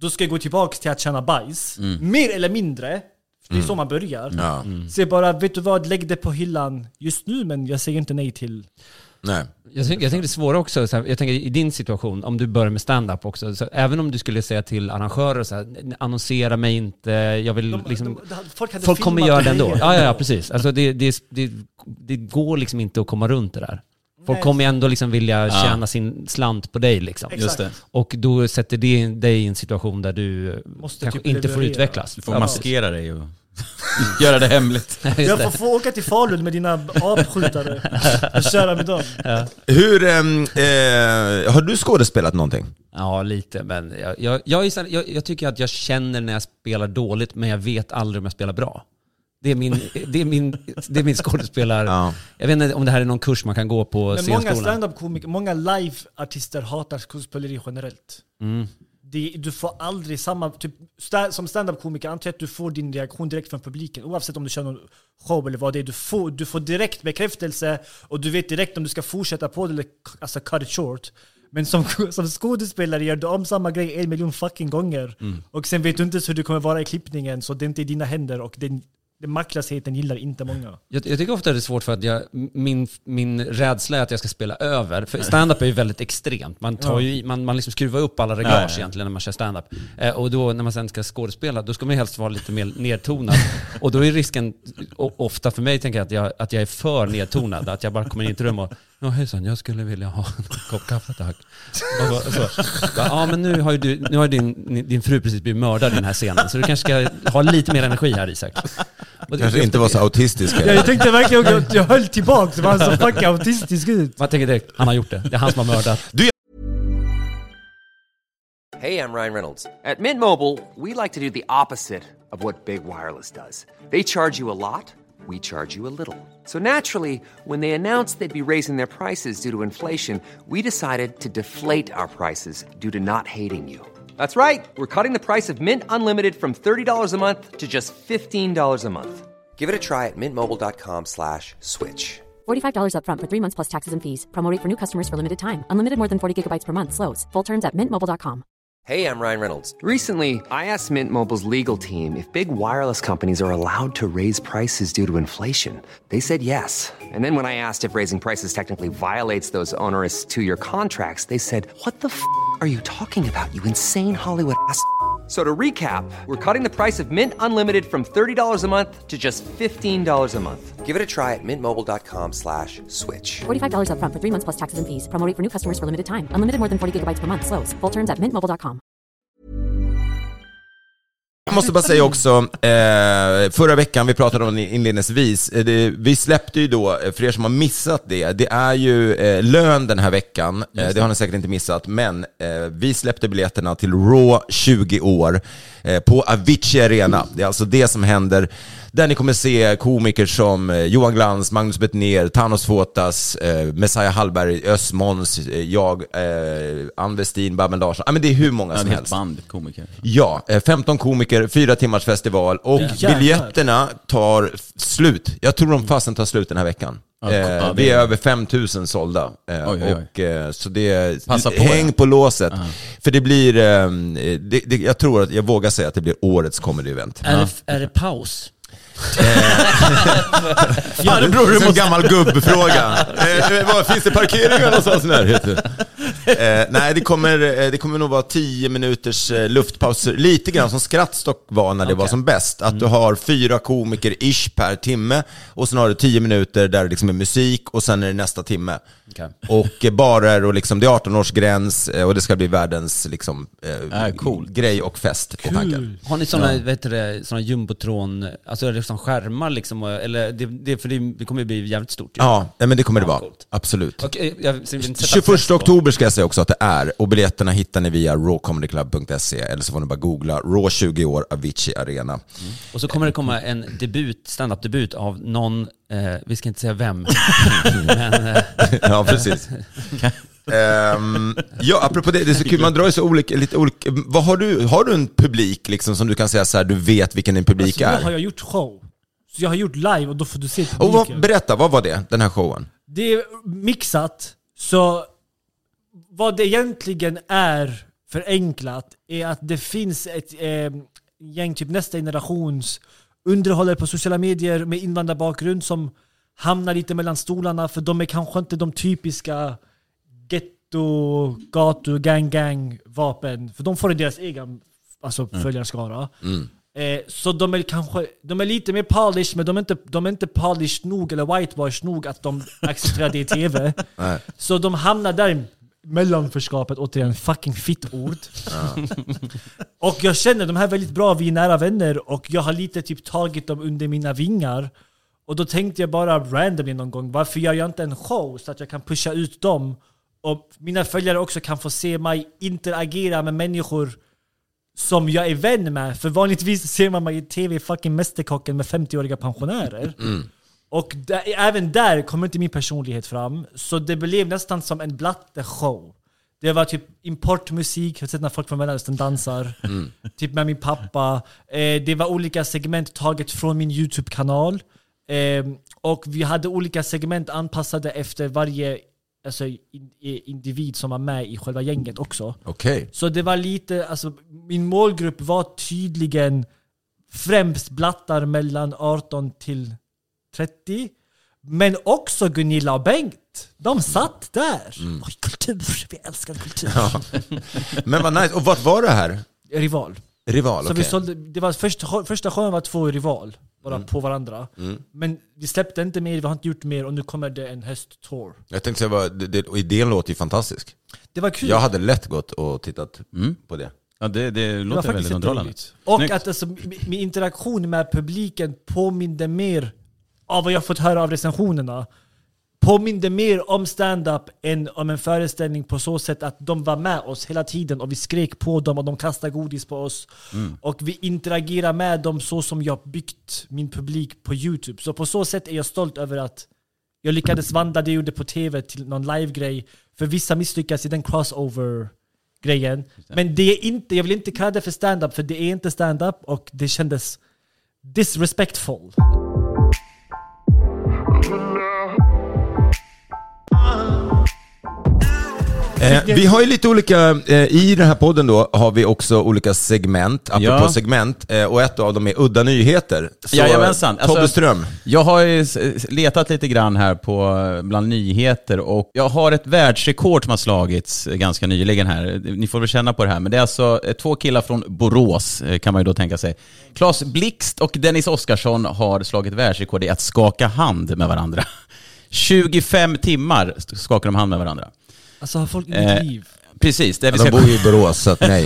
S4: då ska jag gå tillbaka till att tjäna bajs. Mm. Mer eller mindre. Det är mm. så man börjar. Ja. Mm. Så jag bara, vet du vad, lägg det på hyllan just nu, men jag säger inte nej till...
S5: Nej.
S3: Jag tänker, jag tänker det är svårt också, så här, jag tänker i din situation, om du börjar med stand-up också, så även om du skulle säga till arrangörer så här, annonsera mig inte, jag vill de, liksom... De, de, folk folk kommer göra det ändå. Ja, ja, ja, precis. Alltså det, det, det, det går liksom inte att komma runt det där. Folk Nej. kommer ändå liksom vilja tjäna ja. sin slant på dig liksom.
S6: Just det.
S3: Och då sätter det dig i en situation där du Måste kanske typ inte leverera. får utvecklas.
S6: Du får maskera dig och göra det hemligt.
S4: Jag får, får åka till Falun med dina apskjutare och köra med dem.
S5: Ja. Hur, eh, har du skådespelat någonting?
S3: Ja, lite. Men jag, jag, jag, jag, jag tycker att jag känner när jag spelar dåligt, men jag vet aldrig om jag spelar bra. Det är min, det är min, det är min skådespelare. Ja. Jag vet inte om det här är någon kurs man kan gå på scenskolan.
S4: Många stand-up-komiker, många live-artister hatar skådespeleri generellt. Mm. Det, du får aldrig samma, typ, sta, som stand-up-komiker, antar att du får din reaktion direkt från publiken. Oavsett om du kör någon show eller vad det är. Du får, du får direkt bekräftelse och du vet direkt om du ska fortsätta på det eller alltså cut it short. Men som, som skådespelare gör du om samma grej en miljon fucking gånger. Mm. Och sen vet du inte hur du kommer vara i klippningen, så det är inte i dina händer och det Den maktlösheten gillar inte många. Jag,
S3: jag tycker ofta det är svårt för att jag, min, min rädsla är att jag ska spela över. För stand-up är ju väldigt extremt. Man, tar ju i, man, man liksom skruvar upp alla reglage ja, ja. egentligen när man kör stand-up. Eh, och då när man sen ska skådespela, då ska man helst vara lite mer nedtonad. Och då är risken, ofta för mig tänker jag att, jag att jag är för nedtonad. Att jag bara kommer in i ett rum och ja, hejsan, jag skulle vilja ha en kopp kaffe, tack. Och så, så. Ja, men nu har ju du, nu har din, din fru precis blivit mördad i den här scenen. Så du kanske ska ha lite mer energi här, Isak.
S5: Kanske inte var så autistisk.
S4: Ja, jag tänkte verkligen att jag höll tillbaka. Det var så fucking autistisk ut.
S3: Man tänker direkt, han har gjort det. Det är han som har mördat. Du...
S1: Hey, I'm Ryan Reynolds. At Mint Mobile, we like to do the opposite of what Big Wireless does. They charge you a lot, we charge you a little. So naturally, when they announced they'd be raising their prices due to inflation, we decided to deflate our prices due to not hating you. That's right. We're cutting the price of Mint Unlimited from thirty dollars a month to just fifteen dollars a month. Give it a try at mintmobile.com slash switch.
S2: forty-five dollars up front for three months plus taxes and fees. Promo rate for new customers for limited time. Unlimited more than forty gigabytes per month. Slows full terms at mint mobile dot com.
S1: Hey, I'm Ryan Reynolds. Recently, I asked Mint Mobile's legal team if big wireless companies are allowed to raise prices due to inflation. They said yes. And then when I asked if raising prices technically violates those onerous two-year contracts, they said, what the f*** are you talking about, you insane Hollywood ass f- So to recap, we're cutting the price of Mint Unlimited from thirty dollars a month to just fifteen dollars a month. Give it a try at mintmobile.com slash switch.
S2: forty-five dollars up front for three months plus taxes and fees. Promo rate for new customers for limited time. Unlimited more than forty gigabytes per month. Slows full terms at mint mobile dot com.
S5: Jag måste bara säga också, eh, förra veckan, vi pratade om det inledningsvis, eh, det, vi släppte ju då, för er som har missat det, det är ju eh, lön den här veckan, eh, det har ni säkert inte missat, men eh, vi släppte biljetterna till Raw tjugo år eh, på Avicii Arena. Det är alltså det som händer, där ni kommer se komiker som eh, Johan Glans, Magnus Bettner, Thanos Fotas, eh, Messiah Hallberg, Özz Måns, eh, jag, eh, Ann Westin, Babben Larsson. Ah, men det är hur många som helst.
S6: Band, komiker.
S5: Ja, eh, femton komiker, fyra timmars festival och ja, biljetterna tar slut. Jag tror de fasen tar slut den här veckan. Ja, eh, vi är över fem tusen sålda. Eh, oj, oj, oj. Och, eh, så det Passa på, häng ja. på låset. Uh-huh. För det blir, eh, det, det, jag tror att jag vågar säga att det blir årets comedy-event.
S3: Är, ja. det, är det paus?
S5: Ja, det beror på en gammal gubbfråga. eh, vad, finns det parkeringar någonstans i närheten? Eh, nej, det kommer, det kommer nog vara tio minuters luftpauser. Lite grann som Skrattstock var när det okay. var som bäst. Att mm. du har fyra komiker ish per timme. Och sen har du tio minuter där det liksom är musik. Och sen är det nästa timme. Okay. Och barer och liksom, det är arton-årsgräns. Och det ska bli världens liksom, eh, äh, cool. grej och fest på tanken.
S3: Har ni sådana, ja. vet du, sådana jumbotron, alltså är det som skärmar liksom, eller det, det, för det, det kommer ju bli jävligt stort. Ju.
S5: Ja, men det kommer det vara. Coolt. Absolut.
S3: Okay, jag,
S5: tjugoförsta oktober ska jag säga också att det är. Och biljetterna hittar ni via raw comedy club punkt se. Eller så får ni bara googla Raw tjugo år Avicii Arena. Mm.
S3: Och så kommer det komma en debut, stand-up-debut av någon, eh, vi ska inte säga vem. men, eh.
S5: Ja, precis. um, ja, apropå det, det är så kul, man drar ju så olika, lite olika. Vad har du, har du en publik liksom som du kan säga så här, du vet vilken din publik
S4: alltså,
S5: är?
S4: Jag har jag gjort show. Så jag har gjort live och då får du se publiken.
S5: Och vad, berätta, vad var det, den här showen?
S4: Det är mixat, så vad det egentligen är förenklat är att det finns ett eh, gäng, typ nästa generations underhållare på sociala medier med invandrarbakgrund som hamnar lite mellan stolarna för de är kanske inte de typiska ghetto, gatu, gang, gang vapen. För de får i deras egen alltså, mm. följarskara. Mm. Eh, så de är kanske de är lite mer polished, men de är inte, de är inte polished nog eller whitewash nog att de accepterar det i tv. Nej. Så de hamnar där i mellanförskapet, återigen fucking fitt ord. Ja. Och jag känner de här väldigt bra, vi är nära vänner och jag har lite typ tagit dem under mina vingar. Och då tänkte jag bara randomly någon gång, varför gör jag inte en show så att jag kan pusha ut dem och mina följare också kan få se mig interagera med människor som jag är vän med. För vanligtvis ser man mig i tv fucking Mästerkocken med femtioåriga pensionärer. Mm. Och där, även där kommer inte min personlighet fram. Så det blev nästan som en blatte-show. Det var typ importmusik, jag har sett när folk från Mellanöstern dansar. Mm. Typ med min pappa. Eh, det var olika segment taget från min YouTube-kanal. Eh, och vi hade olika segment anpassade efter varje alltså, in, individ som var med i själva gänget också.
S5: Okay.
S4: Så det var lite, alltså min målgrupp var tydligen främst blattar mellan arton till trettio. Men också Gunilla och Bengt. De satt där. Mm. Oj, kultur, vi älskar kultur. Ja.
S5: Men vad nice. Och vart var det här?
S4: Rival.
S5: Rival,
S4: så
S5: okay.
S4: vi sålde, det var första, första showen var två Rival. Bara mm. på varandra. Mm. Men vi släppte inte mer, vi har inte gjort mer och nu kommer det en hösttour.
S5: Jag tänkte säga, det, det, idén låter ju fantastisk.
S4: Det var kul.
S5: Jag hade lätt gått och tittat mm. på det.
S6: Ja, det, det låter det väldigt underhållande.
S4: Och Snyggt. Att alltså, min interaktion med publiken påminde mer av vad jag fått höra av recensionerna. Påminde mer om stand-up än om en föreställning på så sätt att de var med oss hela tiden och vi skrek på dem och de kastade godis på oss. Mm. Och vi interagerar med dem så som jag byggt min publik på YouTube. Så på så sätt är jag stolt över att jag lyckades vandra det jag gjorde på tv till någon live-grej. För vissa misslyckas i den crossover-grejen. Men det är inte, jag vill inte kalla det för stand-up för det är inte stand-up och det kändes disrespectful.
S5: Eh, vi har ju lite olika, eh, i den här podden då har vi också olika segment, apropå ja. segment, eh, och ett av dem är udda nyheter. Så,
S6: Jajamensan.
S5: Tobbe alltså, Ström.
S6: Jag har ju letat lite grann här på bland nyheter och jag har ett världsrekord som har slagits ganska nyligen här. Ni får väl känna på det här, men det är alltså två killar från Borås kan man ju då tänka sig. Claes Blixt och Dennis Oskarsson har slagit världsrekord i att skaka hand med varandra. tjugofem timmar skakar de hand med varandra.
S4: Alltså har folk inget
S6: eh,
S4: liv?
S6: Precis. Det
S5: ja, de bor ju i Borås, så att nej.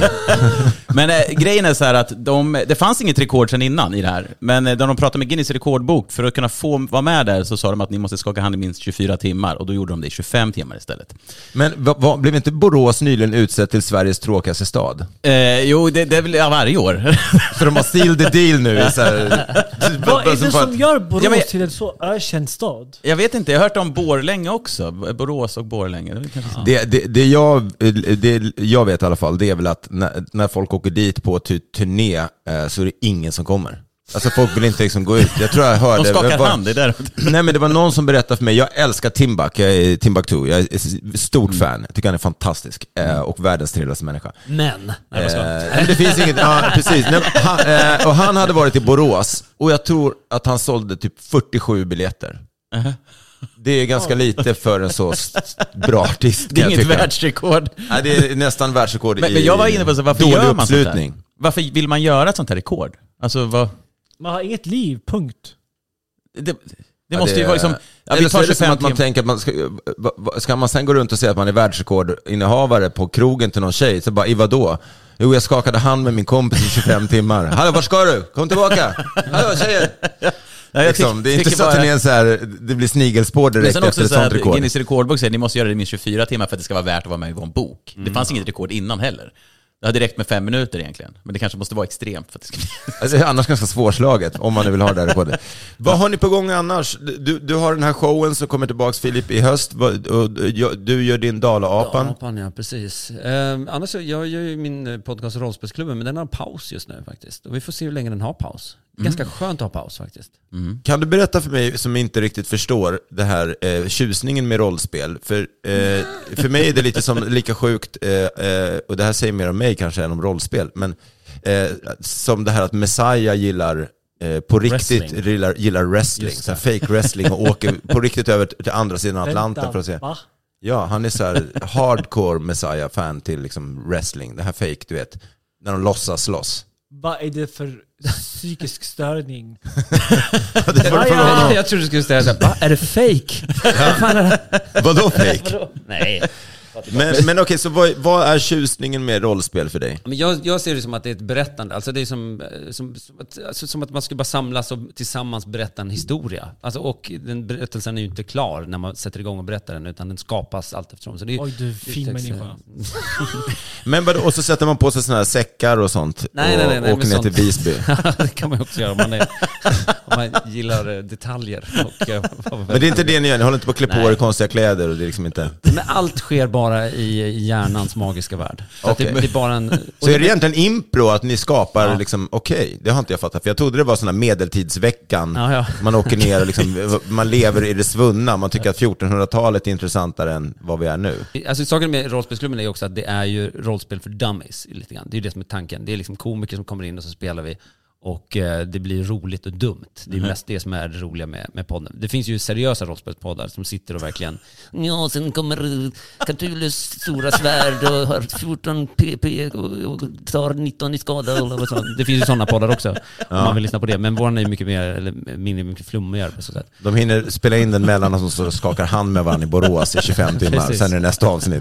S6: Men eh, grejen är så här att de, det fanns inget rekord sedan innan i det här. Men eh, när de pratade med Guinness rekordbok, för att kunna få vara med där så sa de att ni måste skaka hand i minst tjugofyra timmar. Och då gjorde de det i tjugofem timmar istället.
S5: Men vad, vad, blev inte Borås nyligen utsett till Sveriges tråkigaste stad?
S6: Eh, jo, det, det är väl ja, varje år.
S5: För de har sealed the deal nu. Så här,
S4: vad är det som gör Borås ja, men, till en så ökänd stad?
S6: Jag vet inte, jag har hört om Borlänge också. Borås och Borlänge. Det,
S5: det, det, det, jag, det jag vet i alla fall, det är väl att när, när folk åker dit på ty, turné eh, så är det ingen som kommer. Alltså folk vill inte liksom gå ut. Jag tror jag hörde...
S6: De skakar
S5: var,
S6: hand, det där.
S5: Nej, men det var någon som berättade för mig, jag älskar Timbuk, jag är Timbuktu, jag är stort mm. fan. Jag tycker han är fantastisk eh, och världens trevligaste människa.
S3: Men...
S5: Nej, eh, men det finns inget... Ja, precis. Nej, han, eh, och han hade varit i Borås och jag tror att han sålde typ fyrtiosju biljetter. Uh-huh. Det är ganska lite för en så bra artist.
S6: Det är inget världsrekord.
S5: Nej, det är nästan världsrekord
S6: men,
S5: i
S6: men jag var inne på så, varför
S5: dålig
S6: gör man
S5: uppslutning.
S6: Sånt här? Varför vill man göra ett sånt här rekord? Alltså, vad...
S4: Man har inget liv, punkt.
S6: Det, det
S5: ja,
S6: måste
S5: det,
S6: ju vara liksom... Ja,
S5: eller så är det som att man tänker att man ska, ska man sen gå runt och säga att man är världsrekordinnehavare på krogen till någon tjej, så bara, i vad då? Jo, jag skakade hand med min kompis i tjugofem timmar. Hallå, var ska du? Kom tillbaka. Hallå, tjejer. Ja, liksom, det är inte så att det, är så här, det blir snigelspår direkt efter ett sånt rekord.
S6: Guinness rekordbok säger att ni måste göra det i minst tjugofyra timmar för att det ska vara värt att vara med i en bok. Mm. Det fanns inget rekord innan heller. Det hade räckt med fem minuter egentligen. Men det kanske måste vara extremt för att det ska bli...
S5: Alltså, det är annars ganska svårslaget om man nu vill ha det här rekordet. Vad har ni på gång annars? Du, du har den här showen som kommer tillbaka, Filip, i höst. Och du gör din Dala-apan.
S3: Dala-apan, ja, precis. Eh, annars, jag gör ju min podcast Rollspelsklubben, men den har paus just nu faktiskt. Och vi får se hur länge den har paus. ganska skönt att ha paus faktiskt.
S5: Mm. Kan du berätta för mig som inte riktigt förstår det här eh, tjusningen med rollspel? För, eh, för mig är det lite som lika sjukt, eh, eh, och det här säger mer om mig kanske än om rollspel, men eh, som det här att Messiah gillar eh, på riktigt
S3: wrestling.
S5: gillar, gillar wrestling, så här fake wrestling, och åker på riktigt över till andra sidan Atlanten för att se.
S4: Va?
S5: Ja, han är så här hardcore Messiah-fan till liksom wrestling. Det här fake, du vet, när de låtsas slåss.
S4: Vad är det för psykisk störning?
S5: Det var från honom.
S3: Jag trodde du skulle säga såhär, va? Är det fake? Vad fan är det?
S5: Vadå fake?
S3: Nej.
S5: Men, men okej, så vad, vad är tjusningen med rollspel för dig?
S3: Men jag, jag ser det som att det är ett berättande. Alltså det är som, som, som, att, alltså som att man ska bara samlas och tillsammans berätta en historia. Alltså, och den berättelsen är ju inte klar när man sätter igång och berättar den, utan den skapas allt eftersom. Så det är,
S4: Oj, du är fin människa.
S5: Men vad, och så sätter man på sig såna här säckar och sånt,
S3: Nej,
S5: och
S3: nej, nej, nej,
S5: åker ner
S3: sånt.
S5: till Visby.
S3: Det kan man ju också göra om man, är, om man gillar eh, detaljer. Och, eh,
S5: Men det är inte det ni gör, ni håller inte på att klä på
S3: Nej.
S5: er konstiga kläder, och det är liksom inte...
S3: Men allt sker bara i, i hjärnans magiska värld. Så att det,
S5: Okej.
S3: det är bara en...
S5: Så är det egentligen impro att ni skapar
S3: Ja.
S5: liksom, okej, okay, det har inte jag fattat, för jag trodde det var såna medeltidsveckan,
S3: Ja, ja.
S5: man åker ner och liksom, man lever i det svunna, man tycker att fjortonhundratalet är intressantare än vad vi är nu.
S3: Alltså saken med rollspelsklubben är ju också att det är ju rollspel för dummies lite grann. Det är ju det som är tanken. Det är liksom komiker som kommer in och så spelar vi. Och eh, det blir roligt och dumt. Det är mest det som är det roliga med, med podden. Det finns ju seriösa rollspelspoddar som sitter och verkligen... Ja, sen kommer Cthulhus stora svärd och har fjorton P P och, och tar nitton i skada. Och så. Det finns ju sådana poddar också, om man vill lyssna på det. Men våran är ju mycket mer, eller mindre, mycket flummigare på så sätt.
S5: De hinner spela in den mellan de som skakar hand med varandra i Borås i tjugofem timmar,
S3: Precis.
S5: sen är det nästa avsnitt.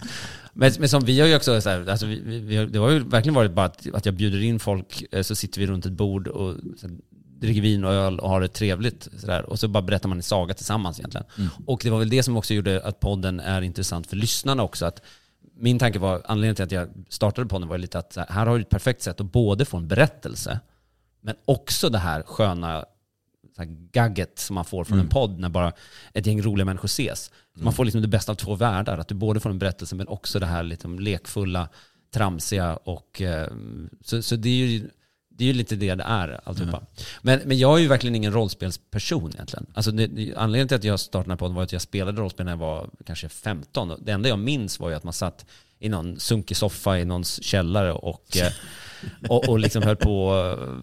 S3: Men, men som vi har ju också så här, alltså vi, vi, vi har, det har ju verkligen varit bara att, att jag bjuder in folk, eh, så sitter vi runt ett bord och så här, dricker vin och öl och har det trevligt så där, och så bara berättar man en saga tillsammans egentligen. Mm. Och det var väl det som också gjorde att podden är intressant för lyssnarna också, att min tanke var, anledningen till att jag startade podden var lite att så här, här har du ett perfekt sätt att både få en berättelse men också det här sköna så här gagget som man får från
S5: Mm.
S3: en podd när bara ett gäng roliga människor ses. Så man får liksom det bästa av två världar, att du både får en berättelse men också det här liksom lekfulla, tramsiga, och eh, så, så det är ju det är ju lite det det är alltihopa. Mm. Men, men jag är ju verkligen ingen rollspelsperson egentligen. Alltså det, det, anledningen till att jag startade den här podden var att jag spelade rollspel när jag var kanske femton. Det enda jag minns var ju att man satt i någon sunkig soffa i någons källare och, eh, och, och liksom höll på,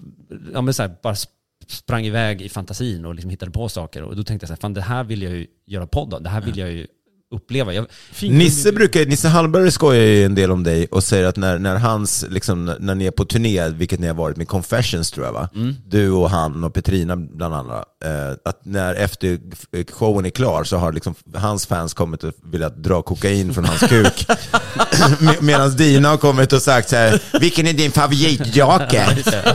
S3: ja men så här, bara sprang iväg i fantasin och liksom hittade på saker. Och då tänkte jag så här, fan det här vill jag ju göra podd av. Det här vill jag ju uppleva. Jag...
S5: Nisse brukar, Nisse Hallberg skojar ju en del om dig och säger att när, när hans, liksom, när ni är på turné, vilket ni har varit med Confessions tror jag va? Mm. Du och han och Petrina bland andra, eh, att när efter showen är klar så har liksom hans fans kommit och velat dra kokain från hans kuk. Med, medan Dina har kommit och sagt så här, vilken är din favoritjake?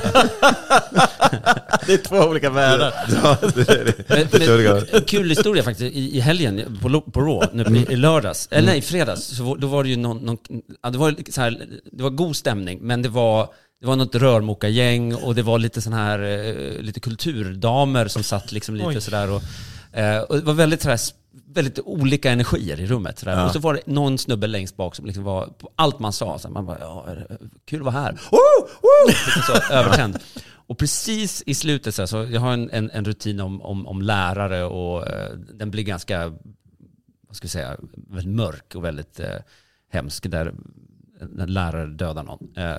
S6: Det är två olika världar.
S5: Ja, det är det.
S3: Men,
S5: Det tror jag.
S3: men, en kul historia faktiskt, i, i helgen på, på Raw, nu,
S5: Mm.
S3: i lördags, eller nej, i fredags, så var, då var det ju någon, någon ja, det var så här, det var god stämning, men det var det var något rörmokargäng och det var lite sån här eh, lite kulturdamer som satt liksom lite
S4: Oj.
S3: sådär och, eh, och det var väldigt sådär, väldigt olika energier i rummet sådär.
S5: Ja.
S3: Och så var det någon snubbe längst bak som liksom var på allt man sa, så man bara, ja, kul att vara här. Woo! Woo! Liksom så övertänd. Och precis i slutet så, här, så jag har en, en, en rutin om, om, om lärare och eh, den blir ganska, vad ska jag säga, väldigt mörk och väldigt eh, hemsk där en lärare dödar någon. Eh,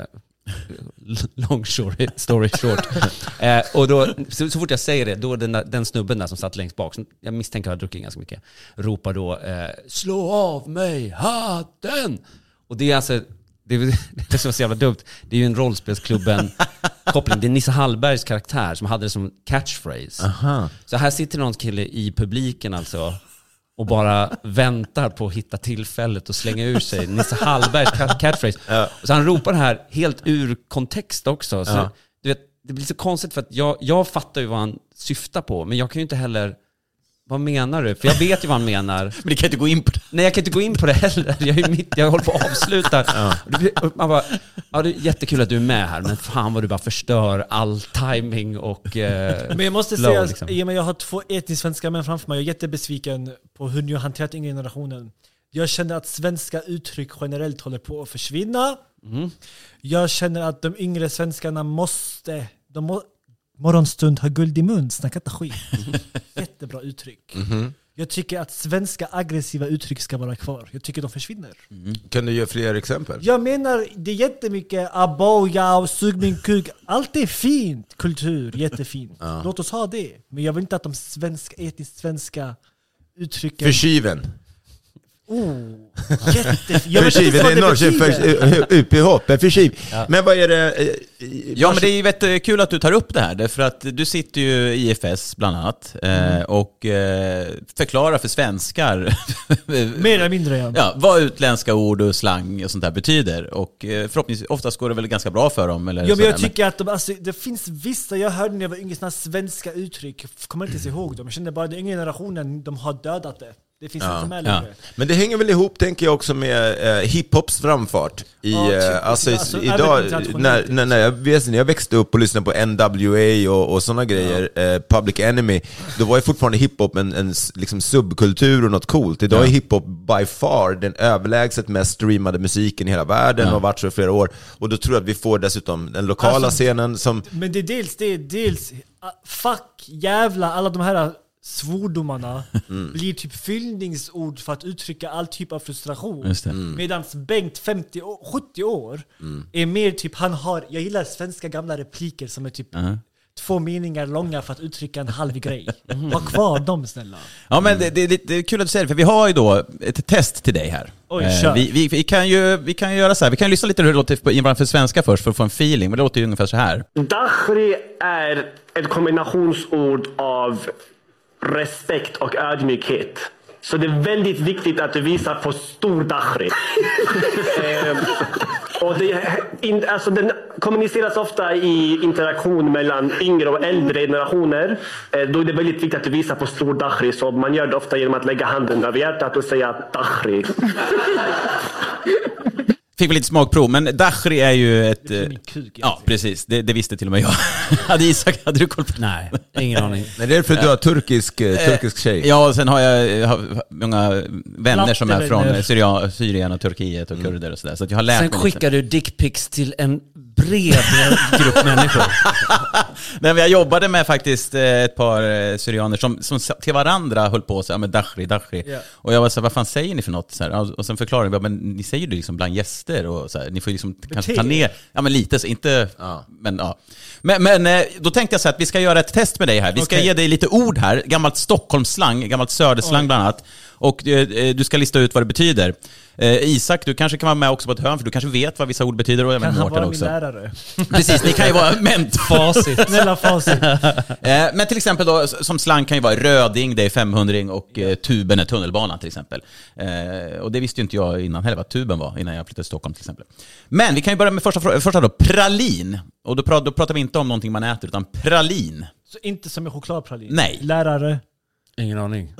S3: long story, story short. eh, och då, så, så fort jag säger det, då den, den snubben där som satt längst bak, som jag misstänker har druckit ganska mycket, ropar då eh, slå av mig hatten! Och det är alltså, det är det som är så jävla dumt, det är ju en rollspelsklubben koppling. Det är Nisse Hallbergs karaktär som hade det som catchphrase.
S5: Aha.
S3: Så här sitter någon kille i publiken alltså och bara väntar på att hitta tillfället och slänga ur sig Nisse Hallbergs catchphrase. Ja. Så han ropar det här helt ur kontext också. Så,
S5: ja.
S3: du vet, det blir så konstigt för att jag, jag fattar ju vad han syftar på, men jag kan ju inte heller... Vad menar du? För jag vet ju vad han menar.
S6: Men det kan inte gå in på det.
S3: Nej, jag kan inte gå in på det heller. Jag är mitt, jag håller på att avsluta. Ja. Och man bara, ja, det är jättekul att du är med här, men fan vad du bara förstör all timing och eh,
S4: Men jag måste
S3: flow,
S4: säga,
S3: liksom.
S4: i och med jag har två etnisk svenska män framför mig, jag är jättebesviken på hur ni har hanterat yngre generationen. Jag känner att svenska uttryck generellt håller på att försvinna. Mm. Jag känner att de yngre svenskarna måste, de må, morgonstund har guld i mun, snacka inte skit. Jättebra uttryck.
S5: Mm-hmm.
S4: Jag tycker att svenska aggressiva uttryck ska vara kvar. Jag tycker de försvinner.
S5: Mm. Kan du ge fler exempel?
S4: Jag menar, det är jättemycket aboja och sug min kuk. Allt är fint. Kultur, jättefint. Ja. Låt oss ha det. Men jag vill inte att de svenska, etniskt svenska uttrycken...
S5: Förskiven.
S4: Oh, jättefint. Jag vet
S5: förskiven,
S4: inte vad det
S5: betyder. U P H, förskiv. Ja. Men vad är det... Eh,
S6: ja, men det är vet, kul att du tar upp det här. Därför att du sitter ju i I F S bland annat mm. eh, och eh, förklarar för svenskar
S4: mer eller mindre, ja.
S6: Ja, vad utländska ord och slang och sånt där betyder. Och eh, förhoppningsvis, oftast går det väl ganska bra för dem. Eller
S4: ja, men jag
S6: där,
S4: tycker
S6: men...
S4: att de, alltså, det finns vissa, jag hörde när jag var yngre, såna svenska uttryck. Jag kommer inte ihåg dem. Jag kände bara att den yngre generationen, de har dödat det. Det finns ja, inte med längre. Ja.
S5: Men det hänger väl ihop, tänker jag, också med eh, hiphops framfart. I, ja, eh, alltså, alltså, idag, när, när, när, jag, vet, när jag växte upp och lyssnade på N W A och, och sådana grejer, ja. eh, Public Enemy, då var ju fortfarande hiphop en, en liksom subkultur och något coolt. Idag ja. är hiphop by far den överlägset mest streamade musiken i hela världen, ja. och har varit så i flera år. Och då tror jag att vi får dessutom den lokala alltså, scenen som...
S4: Men det är dels, det är dels fuck, jävla, alla de här svordomarna mm. blir typ fyllningsord för att uttrycka all typ av frustration. Mm. Medan Bengt femtio, sjuttio år mm. är mer typ, han har, jag gillar svenska gamla repliker som är typ uh-huh. två meningar långa för att uttrycka en halv grej. Mm. Ha kvar dem, snälla.
S6: Ja, men det, det är lite kul att du säger det, för vi har ju då ett test till dig här.
S4: Oj,
S6: eh, vi, vi, vi, kan ju, vi kan ju göra så här, vi kan lyssna lite hur det låter på invandrare för svenska först för att få en feeling, men det låter ju ungefär så här.
S7: Dakhri är ett kombinationsord av respekt och ödmjukhet. Så det är väldigt viktigt att du visar på stor dakhri. ehm, och det, in, alltså den kommuniceras ofta i interaktion mellan yngre och äldre generationer. Ehm, då är det väldigt viktigt att du visar på stor dakhri. Så man gör det ofta genom att lägga handen över hjärtat och säga dakhri.
S6: Fick väl lite smakprov, men dakhri är ju ett...
S4: Det är min kuk,
S6: ja, precis. Det, det visste till och med jag. Hade Isak, hade du koll på det?
S3: Nej, ingen aning.
S5: Men det är för att du har turkisk, turkisk tjej.
S6: Ja, och sen har jag, jag har många vänner Latte som är från Syrien, Syrien och Turkiet och kurder och sådär. Så att jag har lärt
S3: sen
S6: mig
S3: skickar lite. Du dickpics till en bred grupp människor.
S6: Nej, men jag jobbade med faktiskt ett par syrianer som, som till varandra höll på sig, ja, med dakhri, dakhri. Yeah. Och jag var så här, vad fan säger ni för något? Så här, och sen förklarade jag, men ni säger det liksom bland gäster och så här, ni får liksom kanske ta ner, ja men lite, så inte, ja. men ja. Men, men då tänkte jag så här att vi ska göra ett test med dig här. Vi ska okay. ge dig lite ord här, gammalt Stockholmsslang, gammalt söderslang Oj. bland annat. Och eh, du ska lista ut vad det betyder. Eh, Isak, du kanske kan vara med också på ett hörn, för du kanske vet vad vissa ord betyder. Och
S4: kan han vara
S6: också.
S4: Min lärare?
S6: Precis, ni kan ju vara mentfacit.
S4: Snälla facit.
S6: eh, men till exempel då, som slang kan ju vara röding, det är femhundring och eh, tuben är tunnelbanan till exempel. Eh, och det visste ju inte jag innan heller vad tuben var, innan jag flyttade till Stockholm till exempel. Men vi kan ju börja med första, första då, pralin. Och då pratar, då pratar vi inte om någonting man äter, utan pralin.
S4: Så inte som en chokladpralin?
S6: Nej.
S4: Lärare?
S3: Ingen aning.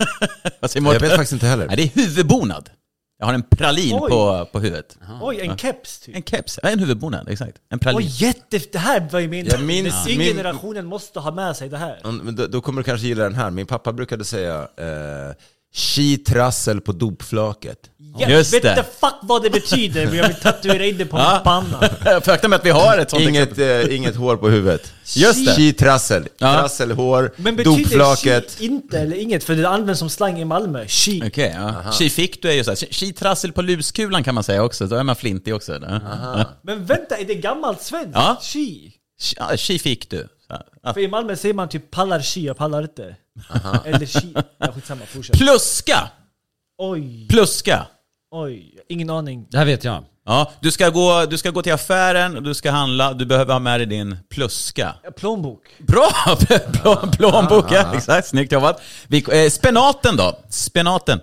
S5: Jag vet faktiskt inte heller.
S6: Nej, det är huvudbonad. Jag har en pralin på, på huvudet.
S4: Aha. Oj, en keps typ.
S6: En keps, ja, en huvudbonad, exakt. En pralin.
S4: Oj, jätte, det här var ju min...
S5: Jag minns,
S4: den
S5: min...
S4: generationen måste ha med sig det här.
S5: Men då, då kommer du kanske gilla den här. Min pappa brukade säga eh, skitrassel på dopflaket.
S4: Yes, just vet det. Vet fuck vad det betyder, men jag vill tatuera in det på min panna.
S6: Faktum är att vi har ett sånt
S5: inget, eh, inget hår på huvudet.
S6: Just det.
S5: Skitrassel, ja. Trasselhår,
S4: men
S5: dopflaket.
S4: Inte eller inget, för det används som slang i Malmö. Ski.
S6: Okej, okay, ja. Ski fick du är ju så här. Skitrassel på luskulan kan man säga också. Då är man flintig också. Ja.
S4: Men vänta, är det gammalt svenskt?
S6: Ja.
S4: Ski.
S6: Ja, ski fick du.
S4: Ja. För i Malmö säger man typ pallar ski och pallar inte. Eller ski. Ja, skitsamma, fortsätt.
S6: Pluska.
S4: Oj.
S6: Pluska.
S4: Oj, ingen aning.
S3: Det här vet jag.
S6: Ja, du ska gå, du ska gå till affären och du ska handla. Du behöver ha med dig din pluska.
S4: Plånbok.
S6: Bra, Plå, plånbok, ja, exakt, snyggt jobbat. Vi, eh, spenaten då, spenaten.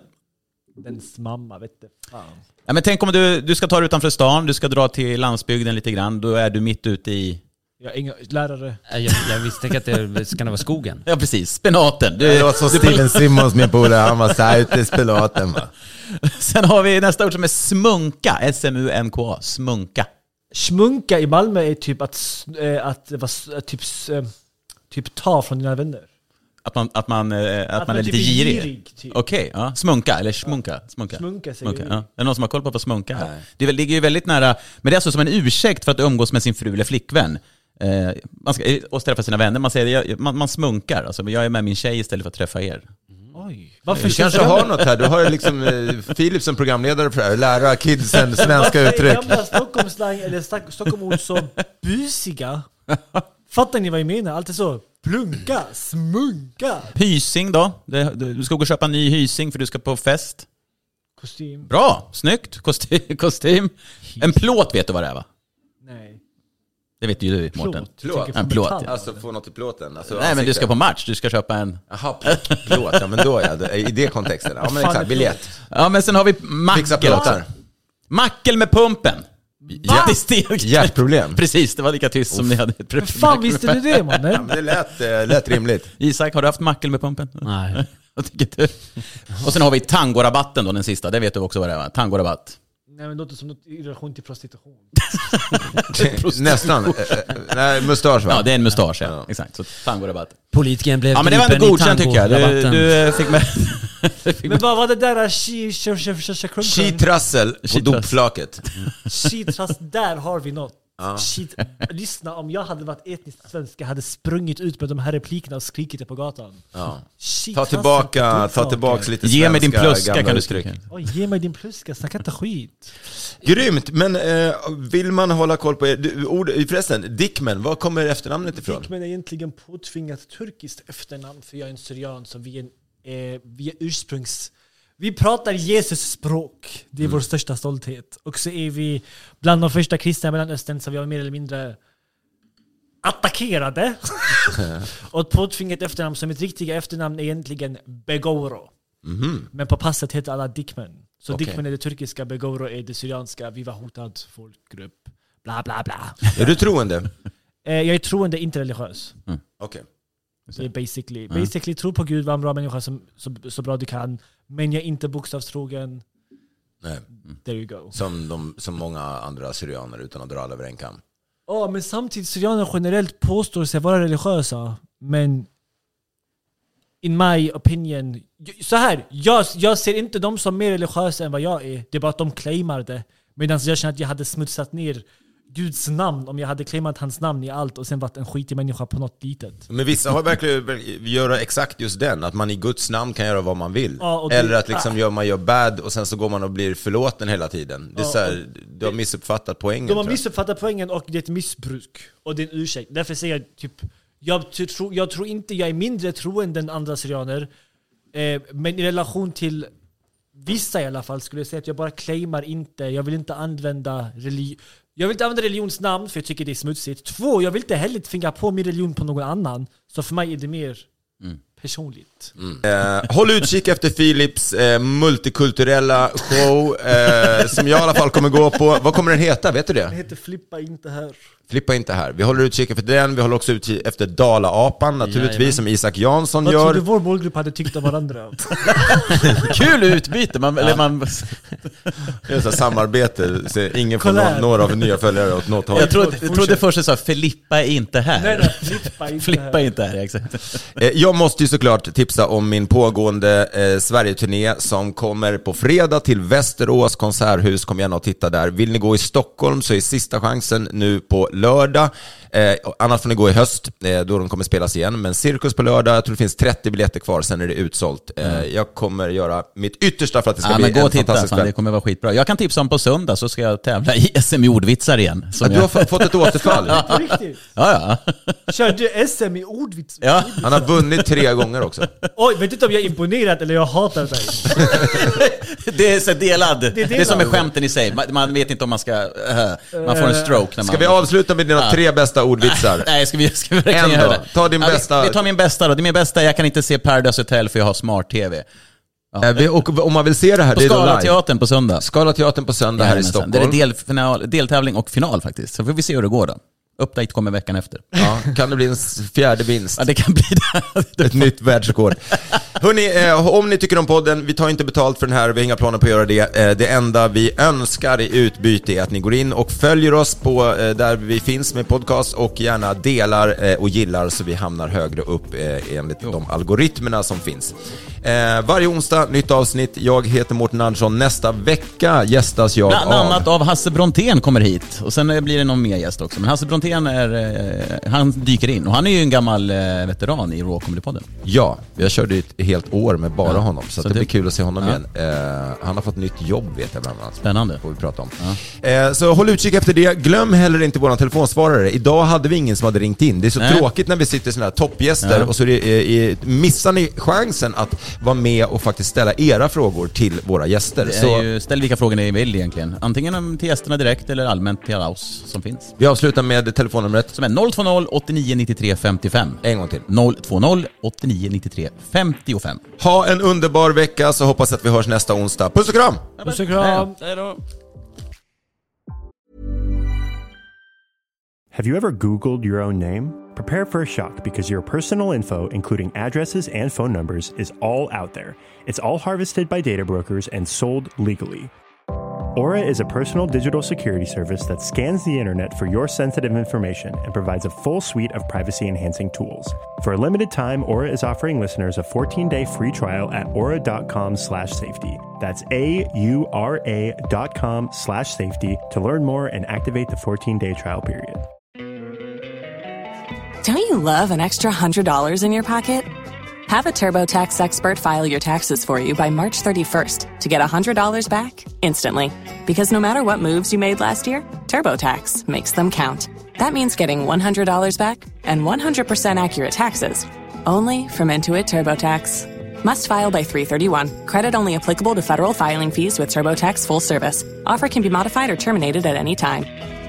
S4: Dens mamma, vet du fan.
S6: Ja, men tänk om du, du ska ta dig utanför stan, du ska dra till landsbygden lite grann. Då är du mitt ute i...
S4: Ja, inga lärare.
S3: Jag, jag visste inte att det ska vara skogen.
S6: Ja, precis. Spenaten.
S5: Du, det var så Steven Simmons, min polare. Han var så här ute i spenaten, va?
S6: Sen har vi nästa ord som är smunka. S M U N K A. Smunka.
S4: Smunka i Malmö är typ att, äh, att, att typ, äh, typ ta från dina vänner.
S6: Att man, att man, att att man, man är
S4: typ
S6: lite girig.
S4: girig typ.
S6: Okej, okay, ja. Smunka eller smunka. Smunka,
S4: smunka säger
S6: smunka, ja. Är det någon som har koll på vad smunka är? Det ligger ju väldigt nära. Men det är alltså som en ursäkt för att umgås med sin fru eller flickvän. Eh, man ska och träffa sina vänner. Man säger jag, man, man smunkar. Alltså, jag är med min tjej istället för att träffa er.
S4: Oj. Varför
S5: Du kanske har något här. Du har ju liksom eh, Filip som programledare för det här. Lära kidsen svenska uttryck.
S4: Gamla Stockholmslang eller Stock- Stockholmord så busiga. Fattar ni vad jag menar? Allt är så plunka, smunka.
S6: Hysing då? Det, du ska gå och köpa en ny hysing för du ska på fest.
S4: Kostym.
S6: Bra, snyggt. Kostym. kostym. En plåt vet du vad det är, va?
S4: Nej.
S6: Det vet ju du, Mårten.
S5: Plåt.
S6: En plåt, ja.
S5: Alltså få något i plåten. Alltså,
S6: Nej, men du ska på match. Du ska köpa en...
S5: Jaha, plåt. Ja, men då är det. I det kontexten. Ja, men exakt. Biljett.
S6: Ja, men sen har vi
S5: Fixa
S6: mackel.
S5: plåtar.
S6: Mackel med pumpen.
S5: Ja.
S6: Det steg.
S5: Hjärtproblem.
S6: Precis, det var lika tyst som ni hade.
S4: Men fan visste du det,
S5: Ja,
S4: mannen?
S5: men det lät, eh, lät rimligt.
S6: Isak, har du haft mackel med pumpen?
S3: Nej.
S6: Vad tycker du? Och sen har vi tangorabatten då, den sista. Det vet du också vad det är, va? Tangorabatt.
S4: Nej, men det låter som något i relation till prostitution.
S5: Nästan. Eh, eh, Nej, mustasch, va?
S6: Ja, det är en mustasch, ja.
S5: Ja.
S6: Exakt. Så tangorabatt.
S3: Politikern blev
S6: Ja, men det var
S3: gripen
S6: ändå
S3: i
S6: godkänt tycker jag. Du,
S3: tangorabatten.
S6: du eh, fick med...
S4: Men vad var det där ski-trassel?
S5: Skitrassel och dopflaket.
S4: Skitrassel, där har vi något. Shit. Lyssna, om jag hade varit etnisk svensk, jag hade sprungit ut med de här replikerna och skrikit det på gatan.
S5: Ja.
S4: Shit,
S5: Ta tillbaka, ta tillbaka lite
S6: Ge mig din
S5: svenska
S6: pluska
S5: gamla
S6: kan du
S5: uttryck.
S6: skrika.
S4: Oj, ge mig din pluska, snacka inte skit.
S5: Grymt, men eh, vill man hålla koll på er, du, ord, förresten, Dickman, var kommer efternamnet ifrån?
S4: Dickman är egentligen påtvingat turkiskt efternamn, för jag är en syrian, så vi är, en, eh, vi är ursprungs... Vi pratar Jesus språk. Det är vår största stolthet. Och så är vi bland de första kristna i Mellanöstern, så vi var mer eller mindre attackerade. Och ett påtvingat efternamn som mitt riktiga efternamn är egentligen Begoro.
S5: Mhm.
S4: Men på passet heter alla Dickman. Så
S5: Okej.
S4: Dickman är det turkiska, Begoro är det syrianska. Vi var hotad folkgrupp. Bla bla bla.
S5: Är du troende?
S4: Eh, jag är troende, inte religiös.
S5: Okej.
S4: Det är basically. Basically tro på Gud, var en bra människa som, så, så bra du kan. Men jag är inte bokstavstrogen.
S5: Nej.
S4: There you go.
S5: Som, de, som många andra syrianer utan att dra alla över en kam.
S4: Ja, men samtidigt syrianer generellt påstår sig vara religiösa. Men in my opinion, så här, jag, jag ser inte dem som mer religiösa än vad jag är. Det är bara att de claimar det. Medan jag känner att jag hade smutsat ner Guds namn om jag hade claimat hans namn i allt och sen varit en skitig människa på något litet.
S5: Men vissa har verkligen göra exakt just den, att man i Guds namn kan göra vad man vill.
S4: Ja, och det-
S5: Eller att liksom
S4: ah.
S5: gör, man gör bad och sen så går man och blir förlåten hela tiden. Det är
S4: Ja,
S5: så här, du har missuppfattat poängen.
S4: De har
S5: tror jag.
S4: missuppfattat poängen och det är ett missbruk. Och det är en ursäkt. Därför säger jag typ, jag, tro, jag tror inte jag är mindre troende än andra syrianer. Eh, men i relation till vissa i alla fall skulle jag säga att jag bara claimar inte, jag vill inte använda religion. Jag vill inte använda religionsnamn för jag tycker det är smutsigt. Två, jag vill inte heller tvinga på min religion på någon annan. Så för mig är det mer personligt.
S5: Eh, håll utkik efter Philips eh, multikulturella show eh, som jag i alla fall kommer gå på. Vad kommer den heta, vet du
S4: Det
S5: det?
S4: heter Flippa inte här.
S5: Flippa inte här. Vi håller utkik efter den. Vi håller också utkik efter Dala-apan naturligtvis,
S3: Jajamän.
S5: som Isak Jansson
S4: Vad tror
S5: gör.
S4: du vår målgrupp hade tyckt om varandra?
S6: Kul utbyte. Man, eller man,
S5: Det är så här samarbete. Så ingen får
S4: Collab.
S5: nå- några av nya följare åt något håll.
S6: jag trodde, jag trodde först att du sa Filippa är inte här.
S4: Nej, nej, Flippa inte
S6: Flippa
S4: här.
S6: inte här, exakt.
S5: Eh, Jag måste ju såklart tipsa om min pågående eh, Sverige-turné som kommer på fredag till Västerås konserthus. Kom gärna och titta där. Vill ni gå i Stockholm så är sista chansen nu på lördag. Eh, annars får ni gå i höst eh, då de kommer spelas igen. Men Cirkus på lördag, jag tror det finns trettio biljetter kvar, sen är det utsålt. Eh, jag kommer göra mitt yttersta för att det ska
S6: Ja,
S5: bli
S6: men gå
S5: en
S6: och titta,
S5: fantastisk
S6: fan, det
S5: kväll.
S6: kommer vara skitbra. Jag kan tipsa om på söndag så ska jag tävla i S M i ordvitsar igen. Som
S5: Du har
S6: jag...
S5: f- fått ett återfall.
S4: På riktigt.
S6: Ja, ja.
S4: Kör du S M i ordvits?
S6: ja.
S5: Han har vunnit tre gånger också.
S4: Oj, vet inte om jag är imponerad eller jag hatar dig.
S6: Det är så delad. Det är,
S4: delad.
S6: som med skämten i sig. Man, man vet inte om man ska... Uh, man får en stroke när man...
S5: Ska vi avsluta med dina
S6: Ja.
S5: tre bästa ordvitsar?
S6: Nej, ska vi, ska vi verkligen
S5: En
S6: göra
S5: då.
S6: det?
S5: Ta din
S6: ja,
S5: bästa.
S6: Vi, vi tar min bästa då. Det är min bästa. Jag kan inte se Paradise Hotel för jag har smart-tv. Ja.
S5: Eh, vi- Och om man vill se det här,
S6: På
S5: det är då live.
S6: Skala-teatern på söndag.
S5: Skala-teatern på söndag här i
S6: Jajamensan.
S5: Stockholm.
S6: Det är delfinal, deltävling och final faktiskt. Så får vi se hur det går då. Update kommer veckan efter.
S5: Ja, kan det bli en s- fjärde vinst?
S6: Ja, det kan bli det.
S5: Ett nytt världsrekord. Hörrni, eh, om ni tycker om podden, vi tar inte betalt för den här, vi har inga planer på att göra det. Eh, det enda vi önskar i utbyte är att ni går in och följer oss på eh, där vi finns med podcast och gärna delar eh, och gillar så vi hamnar högre upp eh, enligt de algoritmerna som finns. Eh, varje onsdag, nytt avsnitt. Jag heter Mårten Andersson. Nästa vecka gästas jag
S6: Bland
S5: av...
S6: annat av Hasse Brontén kommer hit. Och sen blir det någon mer gäst också. Men Hasse Brontén är, eh, han dyker in. Och han är ju en gammal eh, veteran i Raw Comedy-podden.
S5: Ja, jag körde ett helt år med bara ja, honom. Så, så det, det blir kul att se honom ja. igen. Eh, han har fått nytt jobb, vet jag bland annat.
S6: Spännande.
S5: Får vi prata om.
S6: Ja.
S5: Eh, så håll utkik efter det. Glöm heller inte våran telefonsvarare. Idag hade vi ingen som hade ringt in. Det är så Nej. tråkigt när vi sitter såna här toppgäster ja. och så är det, eh, missar ni chansen att vara med och faktiskt ställa era frågor till våra gäster.
S6: Så ju, ställ vilka frågor ni vill egentligen. Antingen till gästerna direkt eller allmänt till alla oss som finns.
S5: Vi avslutar med telefonnumret
S6: som är noll två noll åtta nio nio tre fem fem.
S5: En gång till.
S6: noll två noll åtta nio nio tre fem fem.
S5: Ha en underbar vecka, så hoppas att vi hörs nästa onsdag. Puss och kram!
S4: Puss och kram!
S6: Hej då!
S8: Have you ever Googled your own name? Prepare for a shock, because your personal info, including addresses and phone numbers, is all out there. It's all harvested by data brokers and sold legally. Aura is a personal digital security service that scans the internet for your sensitive information and provides a full suite of privacy-enhancing tools. For a limited time, Aura is offering listeners a fourteen-day free trial at aura.com slash safety. That's A-U-R-A dot com slash safety to learn more and activate the fourteen-day trial period.
S9: Don't you love an extra one hundred dollars in your pocket? Have a TurboTax expert file your taxes for you by March thirty-first to get one hundred dollars back instantly. Because no matter what moves you made last year, TurboTax makes them count. That means getting one hundred dollars back and one hundred percent accurate taxes, only from Intuit TurboTax. Must file by three thirty-one. Credit only applicable to federal filing fees with TurboTax full service. Offer can be modified or terminated at any time.